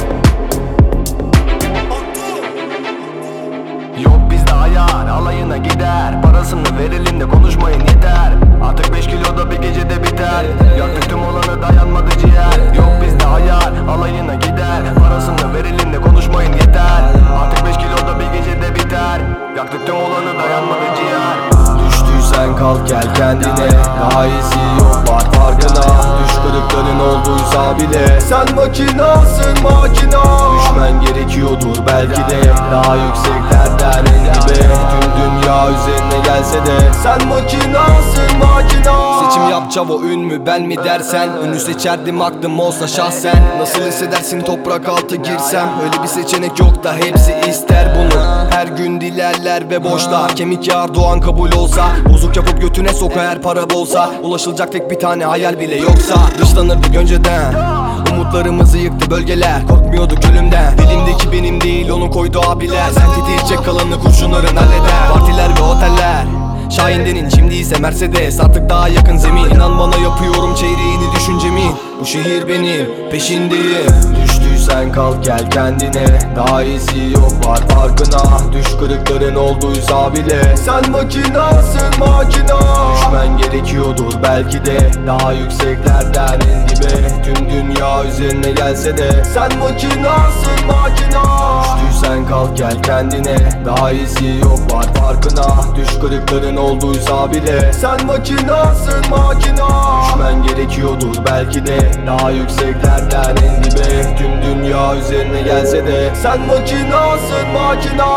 Yok bizde ayar, alayına gider. Parasını verelim de konuşmayın yeter. Artık beş kiloda bir gecede biter. Yaktık tüm olanı dayanmadı ciğer. Yok bizde ayar, alayına gider. Parasını verelim de konuşmayın yeter. Artık beş kiloda bir gecede biter. Yaktık tüm olanı dayanmadı ciğer. Düştüysen kalk gel kendine, daha iyisi yok var farkına. Düş kırıkların olduysa bile sen makinasın makina. Düşmen gerekiyordur belki de, daha yükseklerden en dibe. Tüm dünya üzerine gelse de sen makinasın makina. Seçim yap Çavo ün mü ben mi dersen, ünü seçerdim aklım olsa şahsen. Nasıl hissedersin toprak altı girsem? Öyle bir seçenek yok da hepsi ister bunu. Her gün dilerler ve boşlar. Kemik yağar doğan kabul olsa, bozuk yapıp götüne soka her para bolsa. Ulaşılacak tek bir tane hayal bile yoksa dışlanırdık önceden. Umutlarımızı yıktı bölgeler, korkmuyorduk ölümden. Dilimdeki benim değil onu koydu abiler. Sen titrecek kalanı kurşunların halleder. Partiler ve oteller Şahin'denin şimdi ise Mercedes, artık daha yakın zemin. İnan bana yapıyorum çeyreğini düşüncemin. Bu şehir benim peşindeyim. Düştüysen kalk gel kendine, daha iyisi yok var farkına. Düş kırıkların olduysa bile sen makinasın makina. Düşmen gerekiyordur belki de, daha yükseklerden en dibe. Tüm dünya üzerine gelse de sen makinasın makina. Düştüysen kalk gel kendine, daha iyisi yok var farkına. Düş kırıkların olduysa bile sen makinasın makina. Düşmen gerekiyordur belki de, daha yükseklerden en dibe. Tüm dünya üzerine gelse de sen makinasın makina.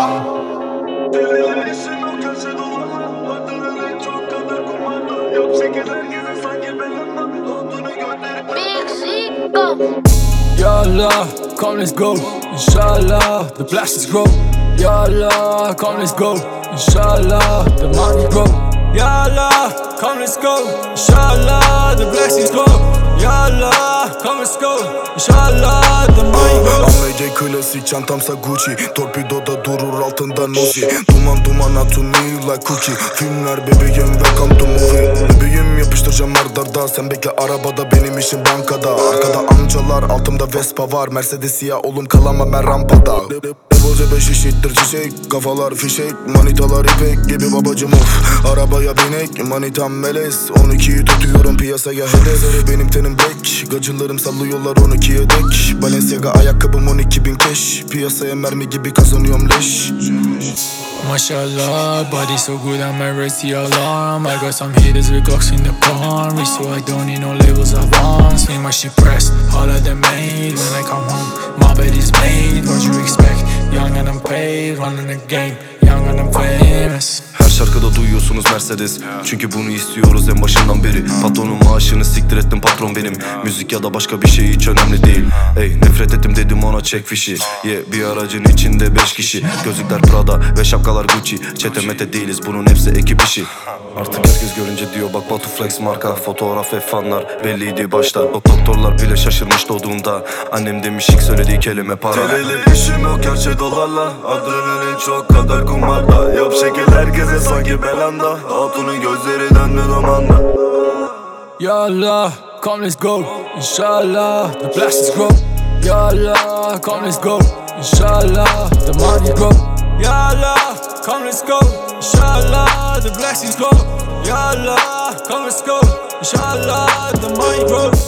Delirirsin o köşe dolana, öldürürün çok kadar kumanda. Yok şeker herkese sanki belanla, olduğunu gönderip Big Zico. Ya Allah, come let's go. Inshallah, the blessings grow. Ya Allah, come let's go. Inshallah, the money grow. Ya Allah, come let's go. Inshallah, the blessings grow. Ya Allah, come let's go. Inshallah, the money grow. Amece klasik çantamsa Gucci, torpidoda durur altında Nozi. Duman duman atun me like cookie. Filmler bebeğim welcome to movie. Bebeğim yapıştıracağım ardarda, sen bekle arabada benim işim bankada. Arkada amcalar altımda Vespa var, Mercedes siyah oğlum kalamam ben rampada. boze beş eşittir çiçek. Kafalar fişek, manitalar ipek gibi babacım of. Arabaya binek, manitam melez. On ikiyi tutuyorum piyasaya hedef. Benim tenim bek, gacılarım sallıyorlar on ikiye dek. Balenciaga ayakkabım on iki bin keş. Piyasaya mermi gibi kazanıyorum leş. Mashallah, body so good I might raise the alarm. I got some hitters with Glocks in the palm. Rich so I don't need no labels of arms. See my shit pressed, all of them made. When I come home, my bed is made. What you expect? Young and I'm paid, running the game. Young and I'm famous. Her şarkıda duyuyorsunuz Mercedes. Çünkü bunu istiyoruz en başından beri. Patronun maaşını siktir ettim, patron benim. Müzik ya da başka bir şey hiç önemli değil. Ey nefret ettim dedim ona çek fişi. Ye yeah, bir aracın içinde beş kişi. Gözlükler Prada ve şapkalar Gucci. Çete mete değiliz, bunun hepsi ekip işi. Artık herkes görünce diyor bak Batu Flex marka. Fotoğraf ve fanlar belliydi başta. O doktorlar bile şaşırmış doğduğunda. Annem demiş ilk söylediği kelime para. Teleli işim yok gerçek dolarla. Adrenalin çok kadar kumarda. Yap şekil herkese sanki belanda. Hatunun gözleri döndü damanda. Ya Allah, come let's go. Inshallah, the blessings grow. Ya Allah, come let's go. Inshallah, the money grow. Ya Allah, come let's go. Inshallah, the blessings grow. Ya Allah, come let's go. Inshallah, the money grows.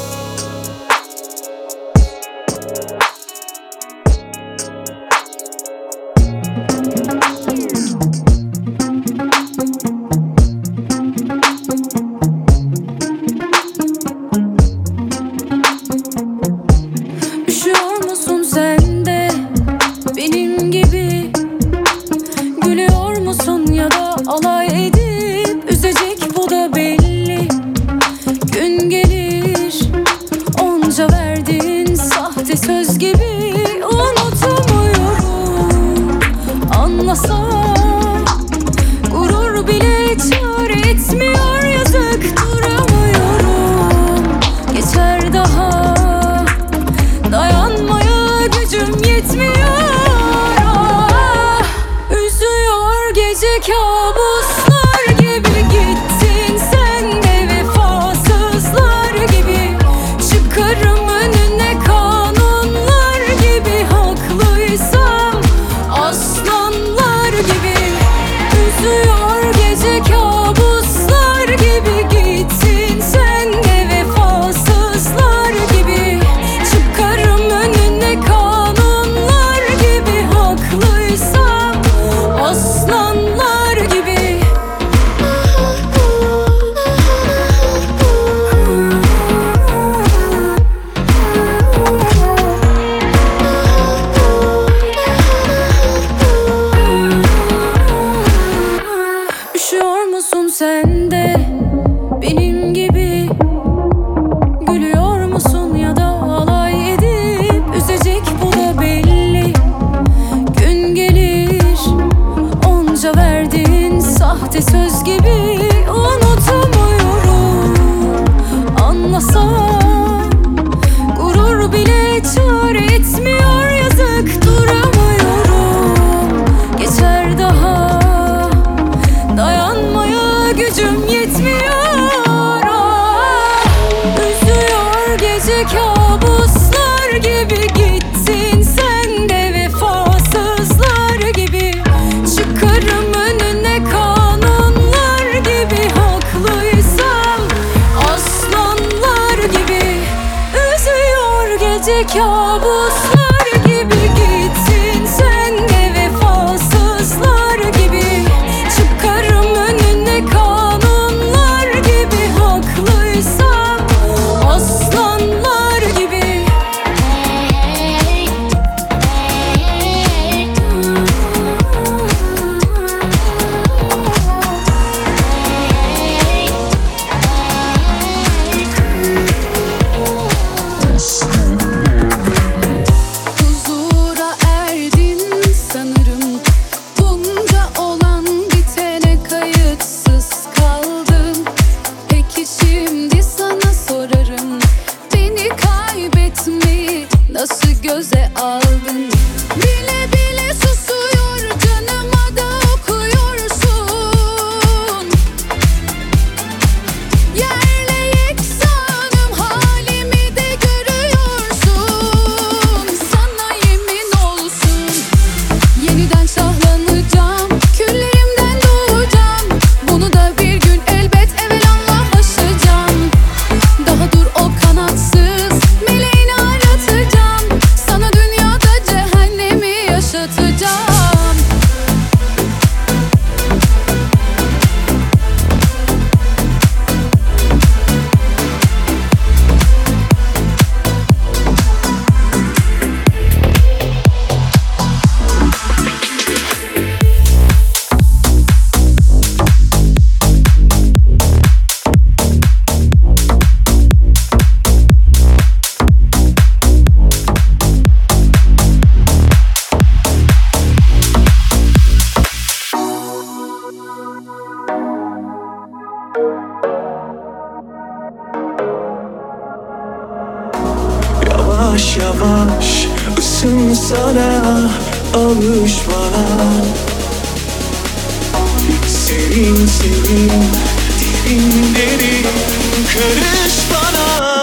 Kabuslar gibi gittin sen de vefasızlar gibi. Çıkarım önüne kanunlar gibi. Haklıysam aslanlar gibi. Nasıl göze aldın? Bile bile susuyor, canıma da okuyorsun. Yerle yeksanım, halimi de görüyorsun. Sana yemin olsun, sana, alış bana. Serin serin, derin derin, karış bana.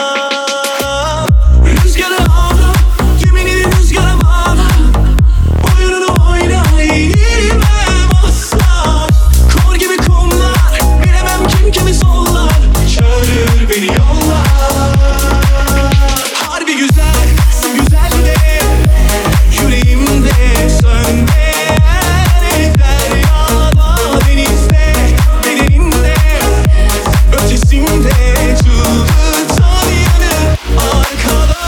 Rüzgara ağla, gemini rüzgara bağla. Oyununu oyna, yenilmem asla. Kor gibi kumlar, bilemem kim kimi sollar. Çağırır beni yollar. Harbi güzel, güzel de yüreğimde sönmeyen deryada, denizde, bedeninde, ötesinde çılgıtan yanı arkada.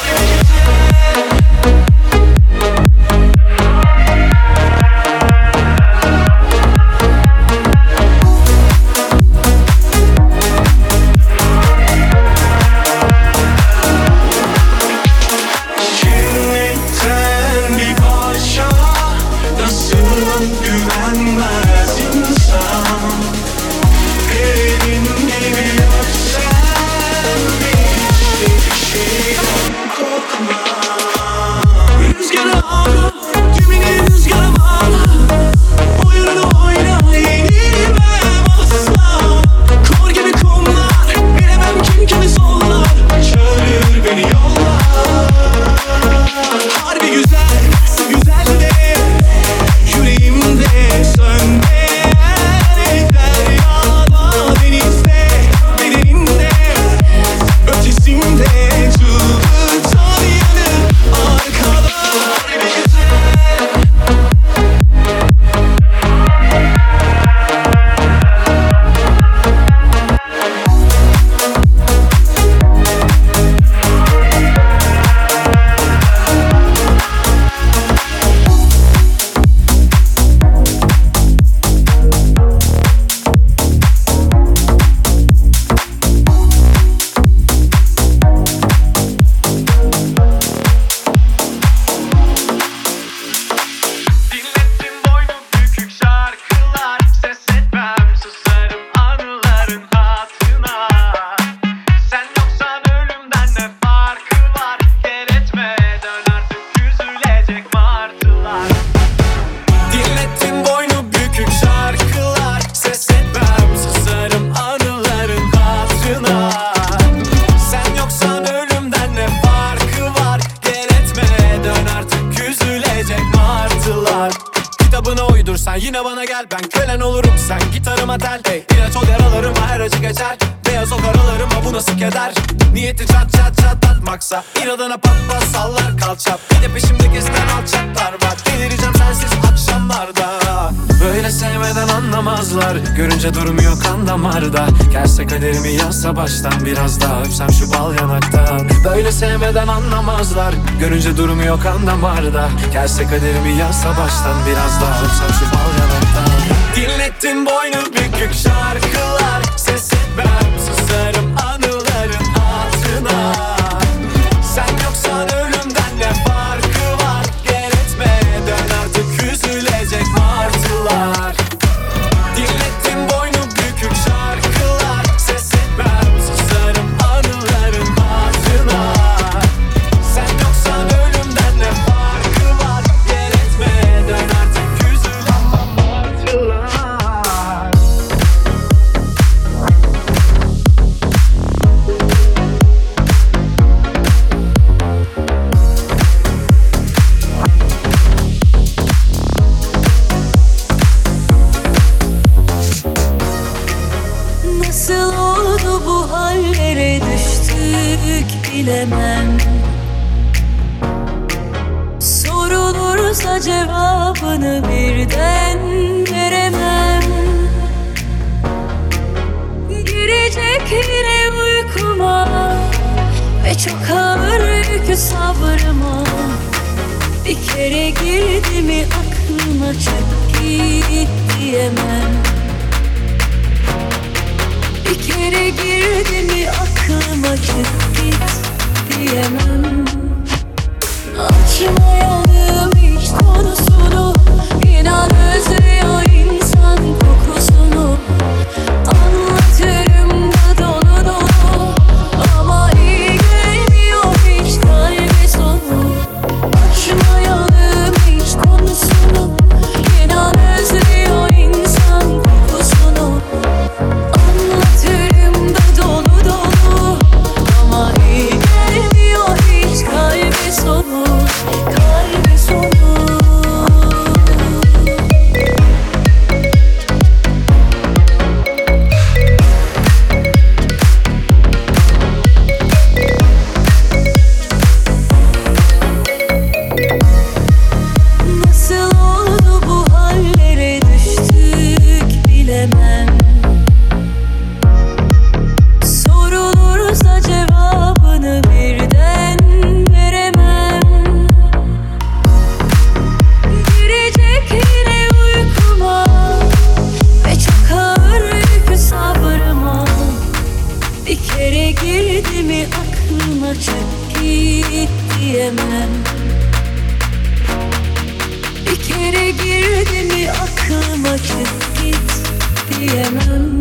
Cennetten bir parça, nasıl güvenmez insan. Elin gibi öpsen beni, hiçbir şeyden korkma. Rüzgara ağla, gemini rüzgara bağla. Oyununu oyna, yenilmem asla. Kor gibi kumlar, bilemem kim kimi sollar. Çağırır beni yollar. Harbi güzel, güzel de yüreğimde sönmeyen deryada, denizde, bedeninde, ötesinde çılgıtan yanı arkada. Harbi güzel. Şarkılar, ses etmem, susarım anıların hatırına. Sen yoksan ölümden ne farkı var? Yer etme, dön artık üzülecek martılar. Dinlettin boynu bükük şarkılar, ses etmem, susarım anıların hatırına. Sen yoksan ölümden ne farkı var? Yer etme, dön artık üzülecek martılar. Kitabına uydursan yine bana gel, ben kölen olurum, sen gitarıma tel. Hey, ilaç ol yaralarıma, her acı geçer. Beyaz o karalarıma, bu nasıl keder? Niyeti çat çat çatlatmaksa inadına pat pat sallar kalçap. Bir de peşimde gezen alçaklar var, delireceğim sensiz akşamlarda. Böyle sevmeden anlamazlar, görünce durmuyor kan damarda. Gelse kaderimi yazsa baştan, biraz daha öpsem şu bal yanaktan. Böyle sevmeden anlamazlar, görünce durmuyor kan damarda. Gelse kaderimi yazsa baştan, biraz daha öpsem şu bal yanaktan. Dinlettin boynu bükük şarkılar, ses etmem, susarım anıların hatırına. Sen yoksan ölümden ne farkı var? Yer etme, dön artık üzülecek martılar. Dinlettin boynu bükük şarkılar, ses etmem, susarım anıların hatırına. Sen yoksan ölümden ne farkı var? Yer etme, dön artık üzülecek martılar. Nasıl oldu bu hallere düştük bilemem. Sorulursa cevabını birden veremem. Girecek yine uykuma ve çok ağır yükü sabrıma. Bir kere girdi mi aklıma, çık git diyemem. Bir kere girdi mi aklıma, çık git diyemem. Açmayalım hiç konusunu, inan özlüyor insan kokusunu. Anlatırım da dolu dolu, ama iyi gelmiyor hiç kalbe sonu. biri girdi mi aklıma git git diyemem.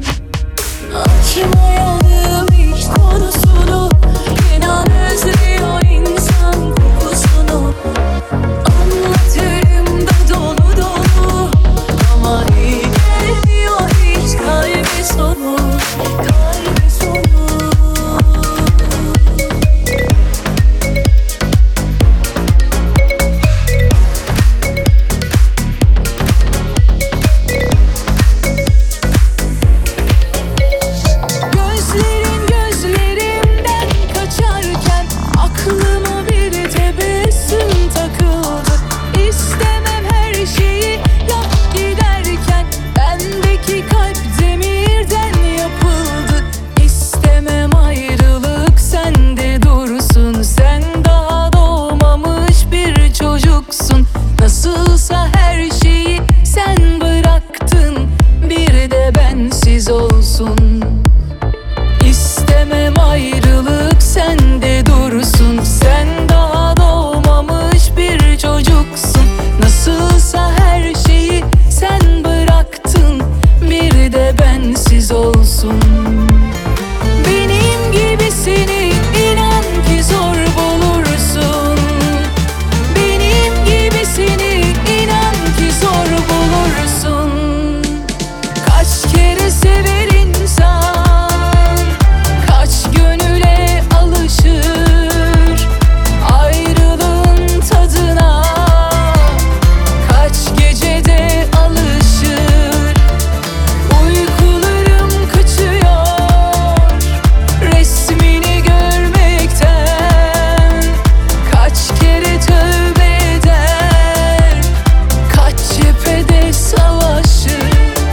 Açmayalım hiç konusunu, inan özlüyor insan kokusunu. Anlatırım da dolu dolu, ama iyi gelmiyor hiç kalbe sonu, kalbe sonu. Gözlerin gözlerimden kaçarken aklıma bir tebessüm takıldı. İstemem her şeyi yap giderken, bendeki kalp demirden yapıldı. İstemem ayrılık sende dursun, sen daha doğmamış bir çocuksun. Nasılsa her şeyi sen bıraktın, bir de bensiz olsun. İstemem ayrılık sende dursun, sen daha doğmamış bir çocuksun. Nasılsa her şeyi sen bıraktın, bir de bensiz olsun. Benim gibisini inan ki zor bulursun. Benim gibisini inan ki zor bulursun. Kaç kere sever insan, kaç gönüle alışır ayrılığın tadına, kaç gecede alışır. Uykularım kaçıyor resmini görmekten, kaç kere tövbe eder, kaç cephede savaşır.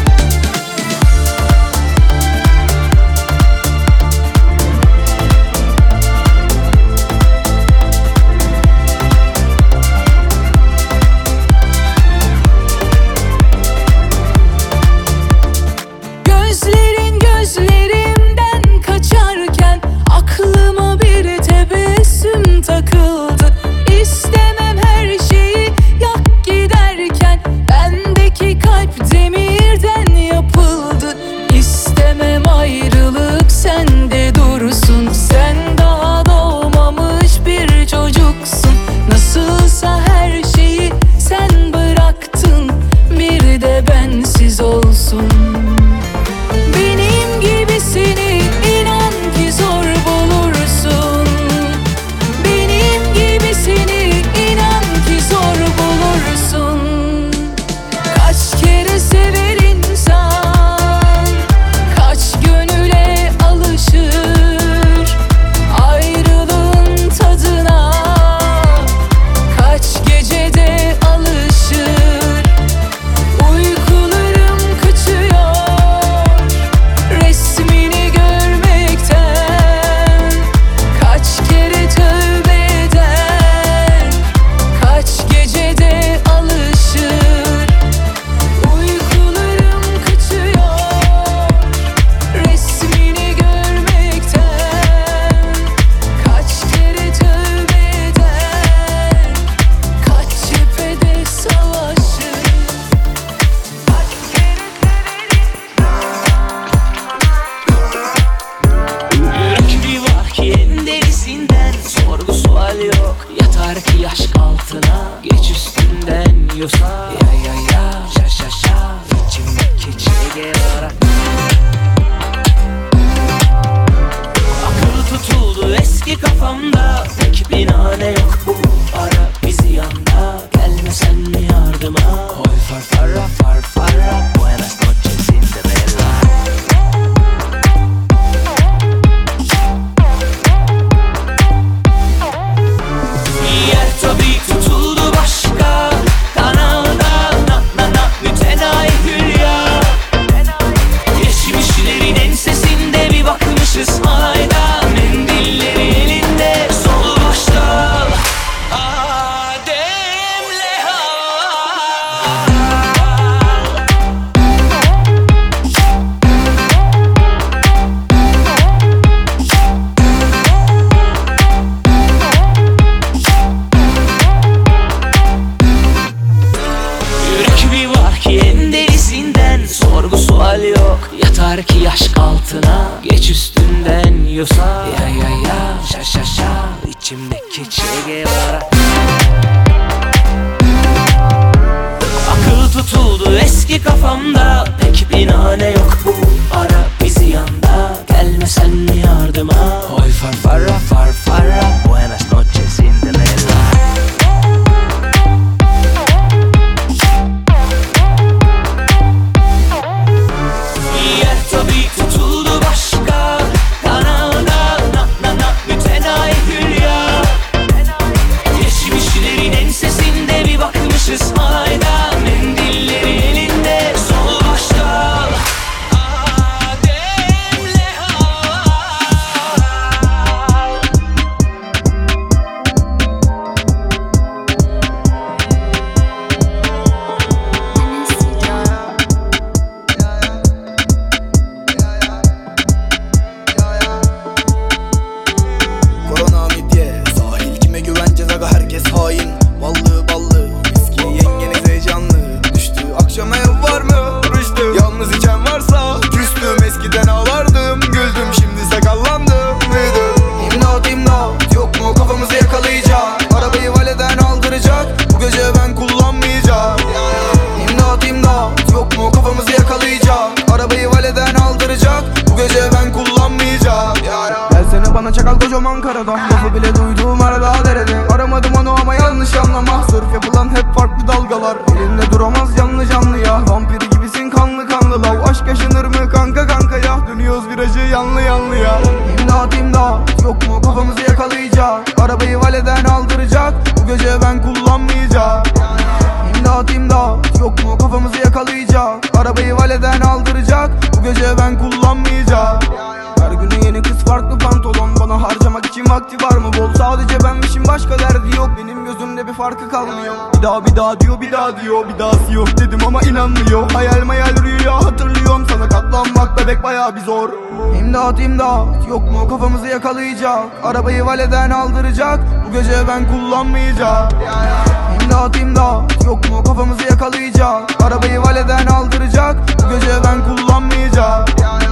Gözlerin gözlerimden kaçarken aklıma bir tebessüm takıldı. İstemem her şeyi yak giderken, bendeki kalp demirden yapıldı. İstemem ayrılık sende dursun, sen daha doğmamış bir çocuksun. Nasılsa her şeyi sen bıraktın, bir de bensiz olsun. Benim gibisini inan ki zor bulursun. Benim gibisini inan ki zor bulursun. Kaç kere sever insan, kaç gönüle alışır ayrılığın tadına, kaç gecede alışır. Uykularım kaçıyor resmini görmekten, kaç kere tövbe eder, kaç gecede alışır. Uykularım kaçıyor resmini görmekten, kaç kere tövbe eder, kaç cephede savaşır. Yürek bir vahyin derisinden, sorgu sual yok. Yatar ki yaş altına, geç üstünden yosa. Ya ya ya, şa şa şa, içimdeki çegelara. Akıl tutuldu eski kafamda, tek binane yok bu ara bizi yanda. Gelmesen mi yardıma? Oy far farra far farra, buenas noches Cinderella. Yer tabi tutuldu başka kanalda, var ki aşk altına. Geç üstünden yosa. Ya ya ya şa şa şa. İçimdeki Che Guevara. Akıl tutuldu eski kafamda. Pek binane yok bu ara bizi yanda. Gelmesen mi yardıma? Oy far farra far farra. Buenas noches Cinderella. Yer tabi tutuldu başka kanalda. Na na na mütenayi hülya. Geçmişlerin ensesinde bir bakmışız halayda. Mendilleri elinde solu başta. Korona midye sahil kime güveneceğiz aga herkes hain. Ballı ballı viski yengeniz heyecanlı. Düştü akşam ev var mı? Rüştü yalnız içen varsa küstüm eskiden ağlardım. Güldüm şimdi sakallandım. Müydüm? İmdat imdat yok mu kafamızı yakalayacak. Arabayı valeden aldıracak. Bu gece ben kullanmayacağım. İmdat imdat yok mu kafamızı yakalayacak. Arabayı valeden aldıracak. Bu gece ben kullanmayacağım. Gelsene bana çakal kocaman karadan. Lafı bile duyduğum arada derede. Aramadım onu ama yanlış anlama. Sırf yapılan hep farklı dalgalar. Elinde duramaz canlı canlı ya. Vampir gibisin kanlı kanlı lav. Aşk yaşanır mı kanka kanka ya. Dönüyoruz virajı yanlı yanlı ya. İmdat imdat yok mu kafamızı yakalayacak. Arabayı valeden aldıracak. Bu gece ben kullanmayacağım. İmdat imdat yok mu kafamızı yakalayacak. Arabayı valeden aldıracak. Bu gece ben kullanmayacağım. Her günü yeni kız farklı pantolon. Bana harcamak için vakti var mı bol. Sadece benmişim başka derdi yok. Benim gözümde bir farkı kalmıyor. Bir daha bir daha diyor bir daha diyor. Bir dahası yok dedim ama inanmıyor. Hayal mayal rüya hatırlıyorum. Sana katlanmak bebek bayağı bir zor. İmdat imdat yok mu kafamızı yakalayacak. Arabayı valeden aldıracak. Bu gece ben kullanmayacağım. İmdat imdat yok mu kafamızı yakalayacak. Arabayı valeden aldıracak. Bu gece ben kullanmayacağım.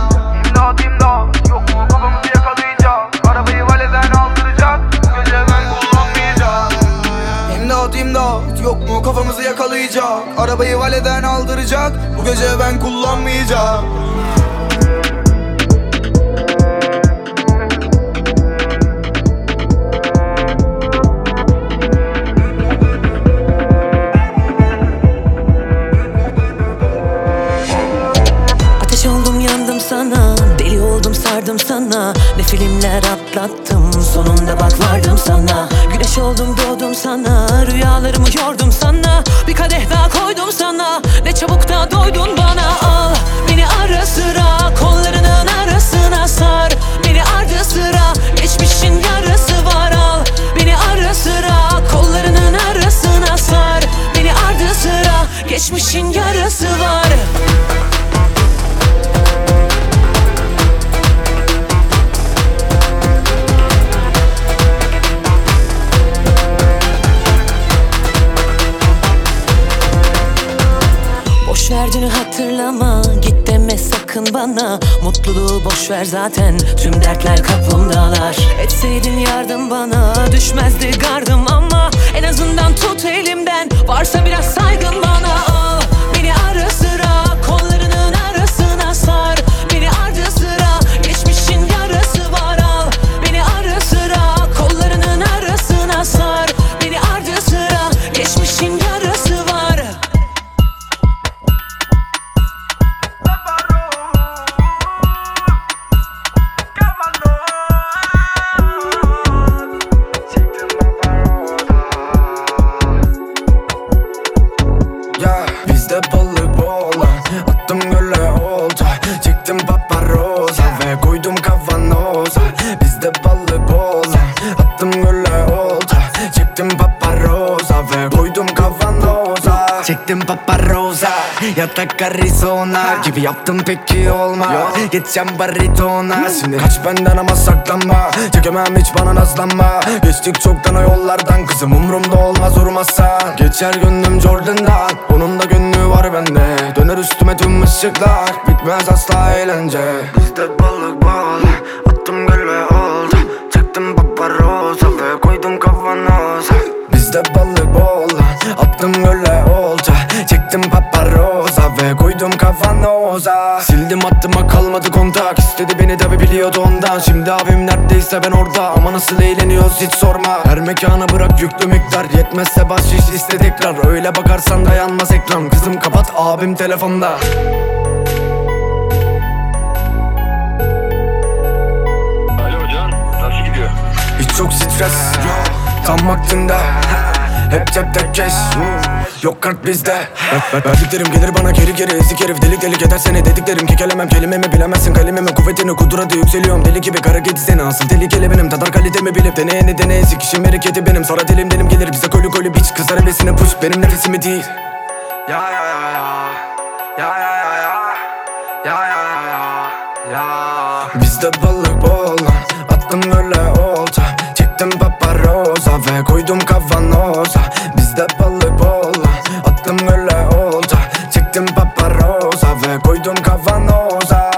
İmdat imdat yok mu kafamızı yakalayacak. Arabayı valeden aldıracak. Bu gece ben kullanmayacağım. İmdat imdat yok mu kafamızı yakalayacak. Arabayı valeden aldıracak. Bu gece ben kullanmayacağım. Sana deli oldum sardım sana. Ne filmler atlattım sonunda bak vardım sana. Güneş oldum doğdum sana. Rüyalarımı yordum sana. Bir kadeh daha koydum sana. Ne çabuk da doydun bana. Al beni ara sıra. Kollarının arasına sar. Beni ardı sıra. Geçmişin yarası var. Al beni ara sıra. Kollarının arasına sar. Beni ardı sıra. Geçmişin yarası var. Boş verdiğini hatırlama. Git deme sakın bana. Mutluluğu boş ver zaten. Tüm dertler kapımdalar. Etseydin yardım bana. Düşmezdi gardım ama en azından tut elimden. Varsa biraz saygın bana. Al beni ara sıra. Kollarının arasına sar. Beni ardı sıra. Geçmişin yarası var. Al beni ara sıra. Kollarının arasına sar. Beni ardı sıra. Geçmişin yarası var. Bizde balık boğulan. Attım göle olta. Çektim paparoza ve koydum kavanoza. Bizde balık boğulan. Attım göle olta. Çektim paparoza ve koydum kavanoza. Çektim paparoza. Yatak Arizona gibi yaptım peki olmaz. Geçeceğim baritona. Sinir kaç benden ama saklanma. Çekemem hiç bana nazlanma. Geçtik çoktan o yollardan. Kızım umrumda olmaz vurmazsan. Geçer gönlüm Jordan'dan. Onun da gönlü var bende. Döner üstüme tüm ışıklar, bitmez asla eğlence. Bizde balık bal, attım göle oldu. Çektim paparoza ve koydum kavanoza. Bizde balık bol, attım göle oldu. Çektim paparoza ve koydum kavanoza. Sildim attıma kalmadı kontak. İstedi beni tabi biliyordu ondan. Şimdi abim neredeyse ben orada. Ama nasıl eğleniyoruz hiç sorma. Her mekana bırak yüklü miktar. Yetmezse bahşiş iste tekrar. Öyle bakarsan dayanmaz ekran. Kızım kapat, abim telefonda. Alo Can, nasıl gidiyor? Hiç yok stres, tam vaktinde. Hep cepte cash, yok kart bizde. Verdiklerim gelir bana geri geri. Ezik herif delik delik eder seni. Dediklerim kekelemem kelimemi, bilemezsin kalemimi. Kuvvetini kudurada yükseliyorum deli gibi. Kara kedi seni, asıl tehlikeli benim. Tadar kalitemi bilip deneyeni deney. Ezik işin bereketi benim. Sonra dilim dilim gelir bize kolü kolü biç. Kızar hevesini push, benim nefesimi değil. Ya ya ya ya Ya ya ya ya Ya ya ya ya Bizde balık bol, attım öyle olta. Çektim paparoza ve koydum kavanoza. Bizde balık bol, attım öyle olta. Çektim paparoza ve koydum kavanoza.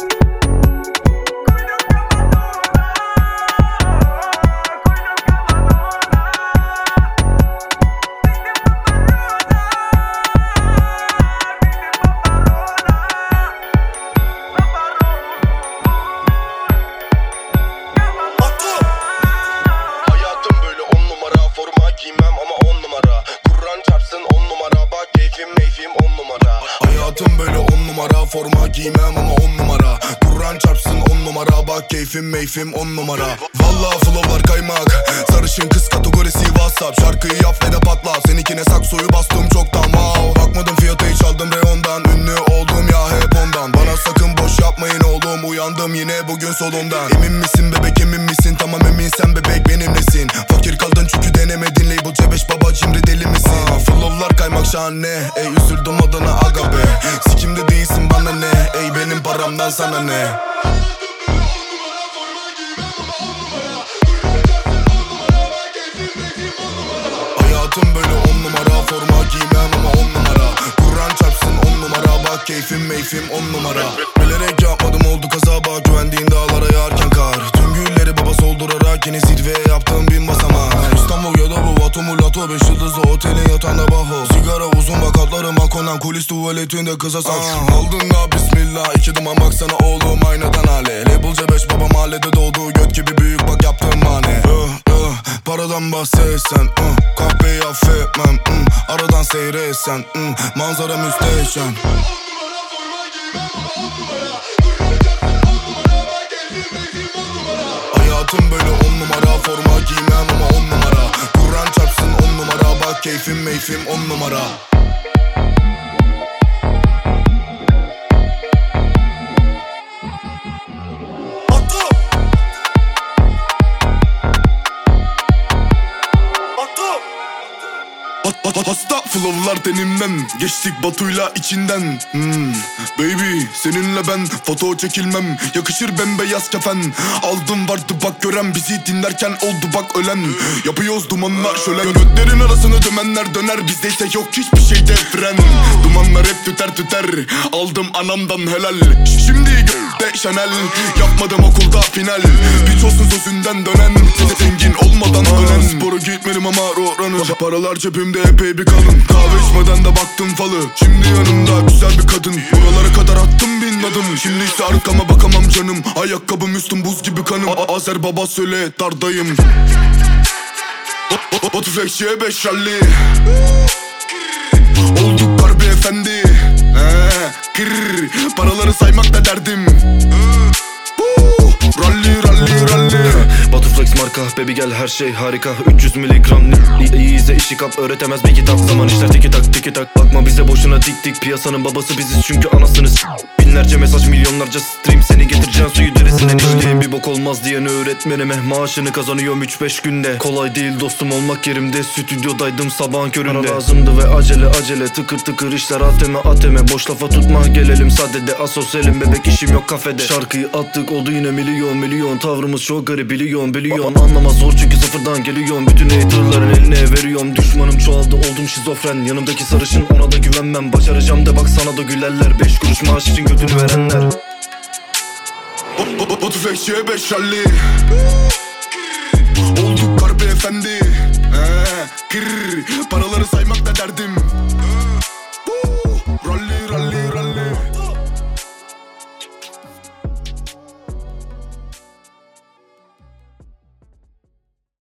Hayatım böyle on numara, forma giymem ama on numara. Kur'an çarpsın on numara, bak keyfim meyfim on numara. Vallahi flowlar kaymak, sarışın kız kategorisi WhatsApp. Şarkıyı yap ve de patla, seninkine saksoyu bastım çoktan wow. Bakmadım fiyata hiç aldım reyondan, ünlü oldum ya hep ondan. Bana sakın boş yapmayın oğlum, uyandım yine bugün solundan. Emin misin bebek, emin misin? Tamam eminsen bebek benimlesin. Fakir kaldın çünkü denemedin, label C beş baba cimri deli misin? Aa, flowlar kaymak şahane, ey üzüldüm adına aga be. Sikimde değilsin bana ne, ey benim paramdan sana ne? Hayatım böyle on numara, forma giymem ama on numara. Kur'an çarpsın on numara, bak keyfim meyfim on numara. Bilerek yapmadım oldu kaza bak, güvendiğin dağlara yağarken kar. Tüm gülleri baba soldurarak yine zirveye yaptığım bin basamak. İstanbul ya da bu Vatomulato, beş yıldızlı otelin yatağında baho. Sigara uzun bak atlarıma konan, kulis tuvaletinde kıza saks. Aldın da bismillah, iki duman baksana oğlum aynadan hale. Label C beş baba mahallede doğdu, göt gibi büyük bak yaptığım mane. uh, uh, Paradan bahsetsen, uh, kahveyi affetmem, uh, aradan seyretsen, uh, manzara müsteşem. Hayatım böyle on numara, forma giymem ama on numara. Kur'an çarpsın on numara, bak keyfim meyfim on numara. Hasta flowlar tenimden, geçtik Batu'yla içinden. hmm. Baby seninle ben foto çekilmem, yakışır bembeyaz kefen. Aldım vardı bak gören, bizi dinlerken oldu bak ölen. Yapıyoruz dumanla şölen, götlerin arasını dümenler döner. Bizdeyse yok hiçbir şeyde fren, dumanlar hep tüter tüter. Aldım anamdan helal, şimdi gö**de Chanel. Yapmadım okulda final, piç olsun sözünden dönen. Zengin olmadan ölen, spora gitmedim ama roadrunner. Paralar cebimde epey bir kalın, kahve içmeden de baktım falı. Şimdi yanımda güzel bir kadın, buralara kadar attım bin adım. Şimdi ise arkama bakamam canım, ayakkabım üstüm buz gibi kanım. A Azer baba söyle dardayım. Batuflex C beş rally, olduk garbi efendi. Kırr, paraları saymak da derdim. Rally rally rally. Batuflex marka baby gel her şey harika. Üç yüz miligram iyi izle işi kap, öğretemez bir kitap. Zaman işler tiki tak tiki tak, bakma bize boşuna tik tik. Piyasanın babası biziz çünkü anasınız. Binlerce mesaj milyonlarca stream, seni getireceğim suyu derisinden içtiğim. Bir bok olmaz diyen öğretmenime, maaşını kazanıyorum üç beş günde. Kolay değil dostum olmak yerimde, stüdyodaydım sabahın köründe. Para lazımdı ve acele acele, tıkır tıkır işler ateme ateme. Boş lafa tutma gelelim sadede, asosyalim bebek işim yok kafede. Şarkıyı attık oldu yine milyon milyon, tavrımız çok garip biliyorum biliyorum. Anlamaz zor çünkü sıfırdan geliyorum, bütün haterların eline veriyorum. Düşmanım çoğaldı oldum şizofren, yanımdaki sarışın ona Sana da güvenmem, başaracağım de bak sana da gülerler. Beş kuruş maaş için götünü verenler. Batu Fekşi'ye beş rally. Olduk kar beyefendi. He, kırr. Para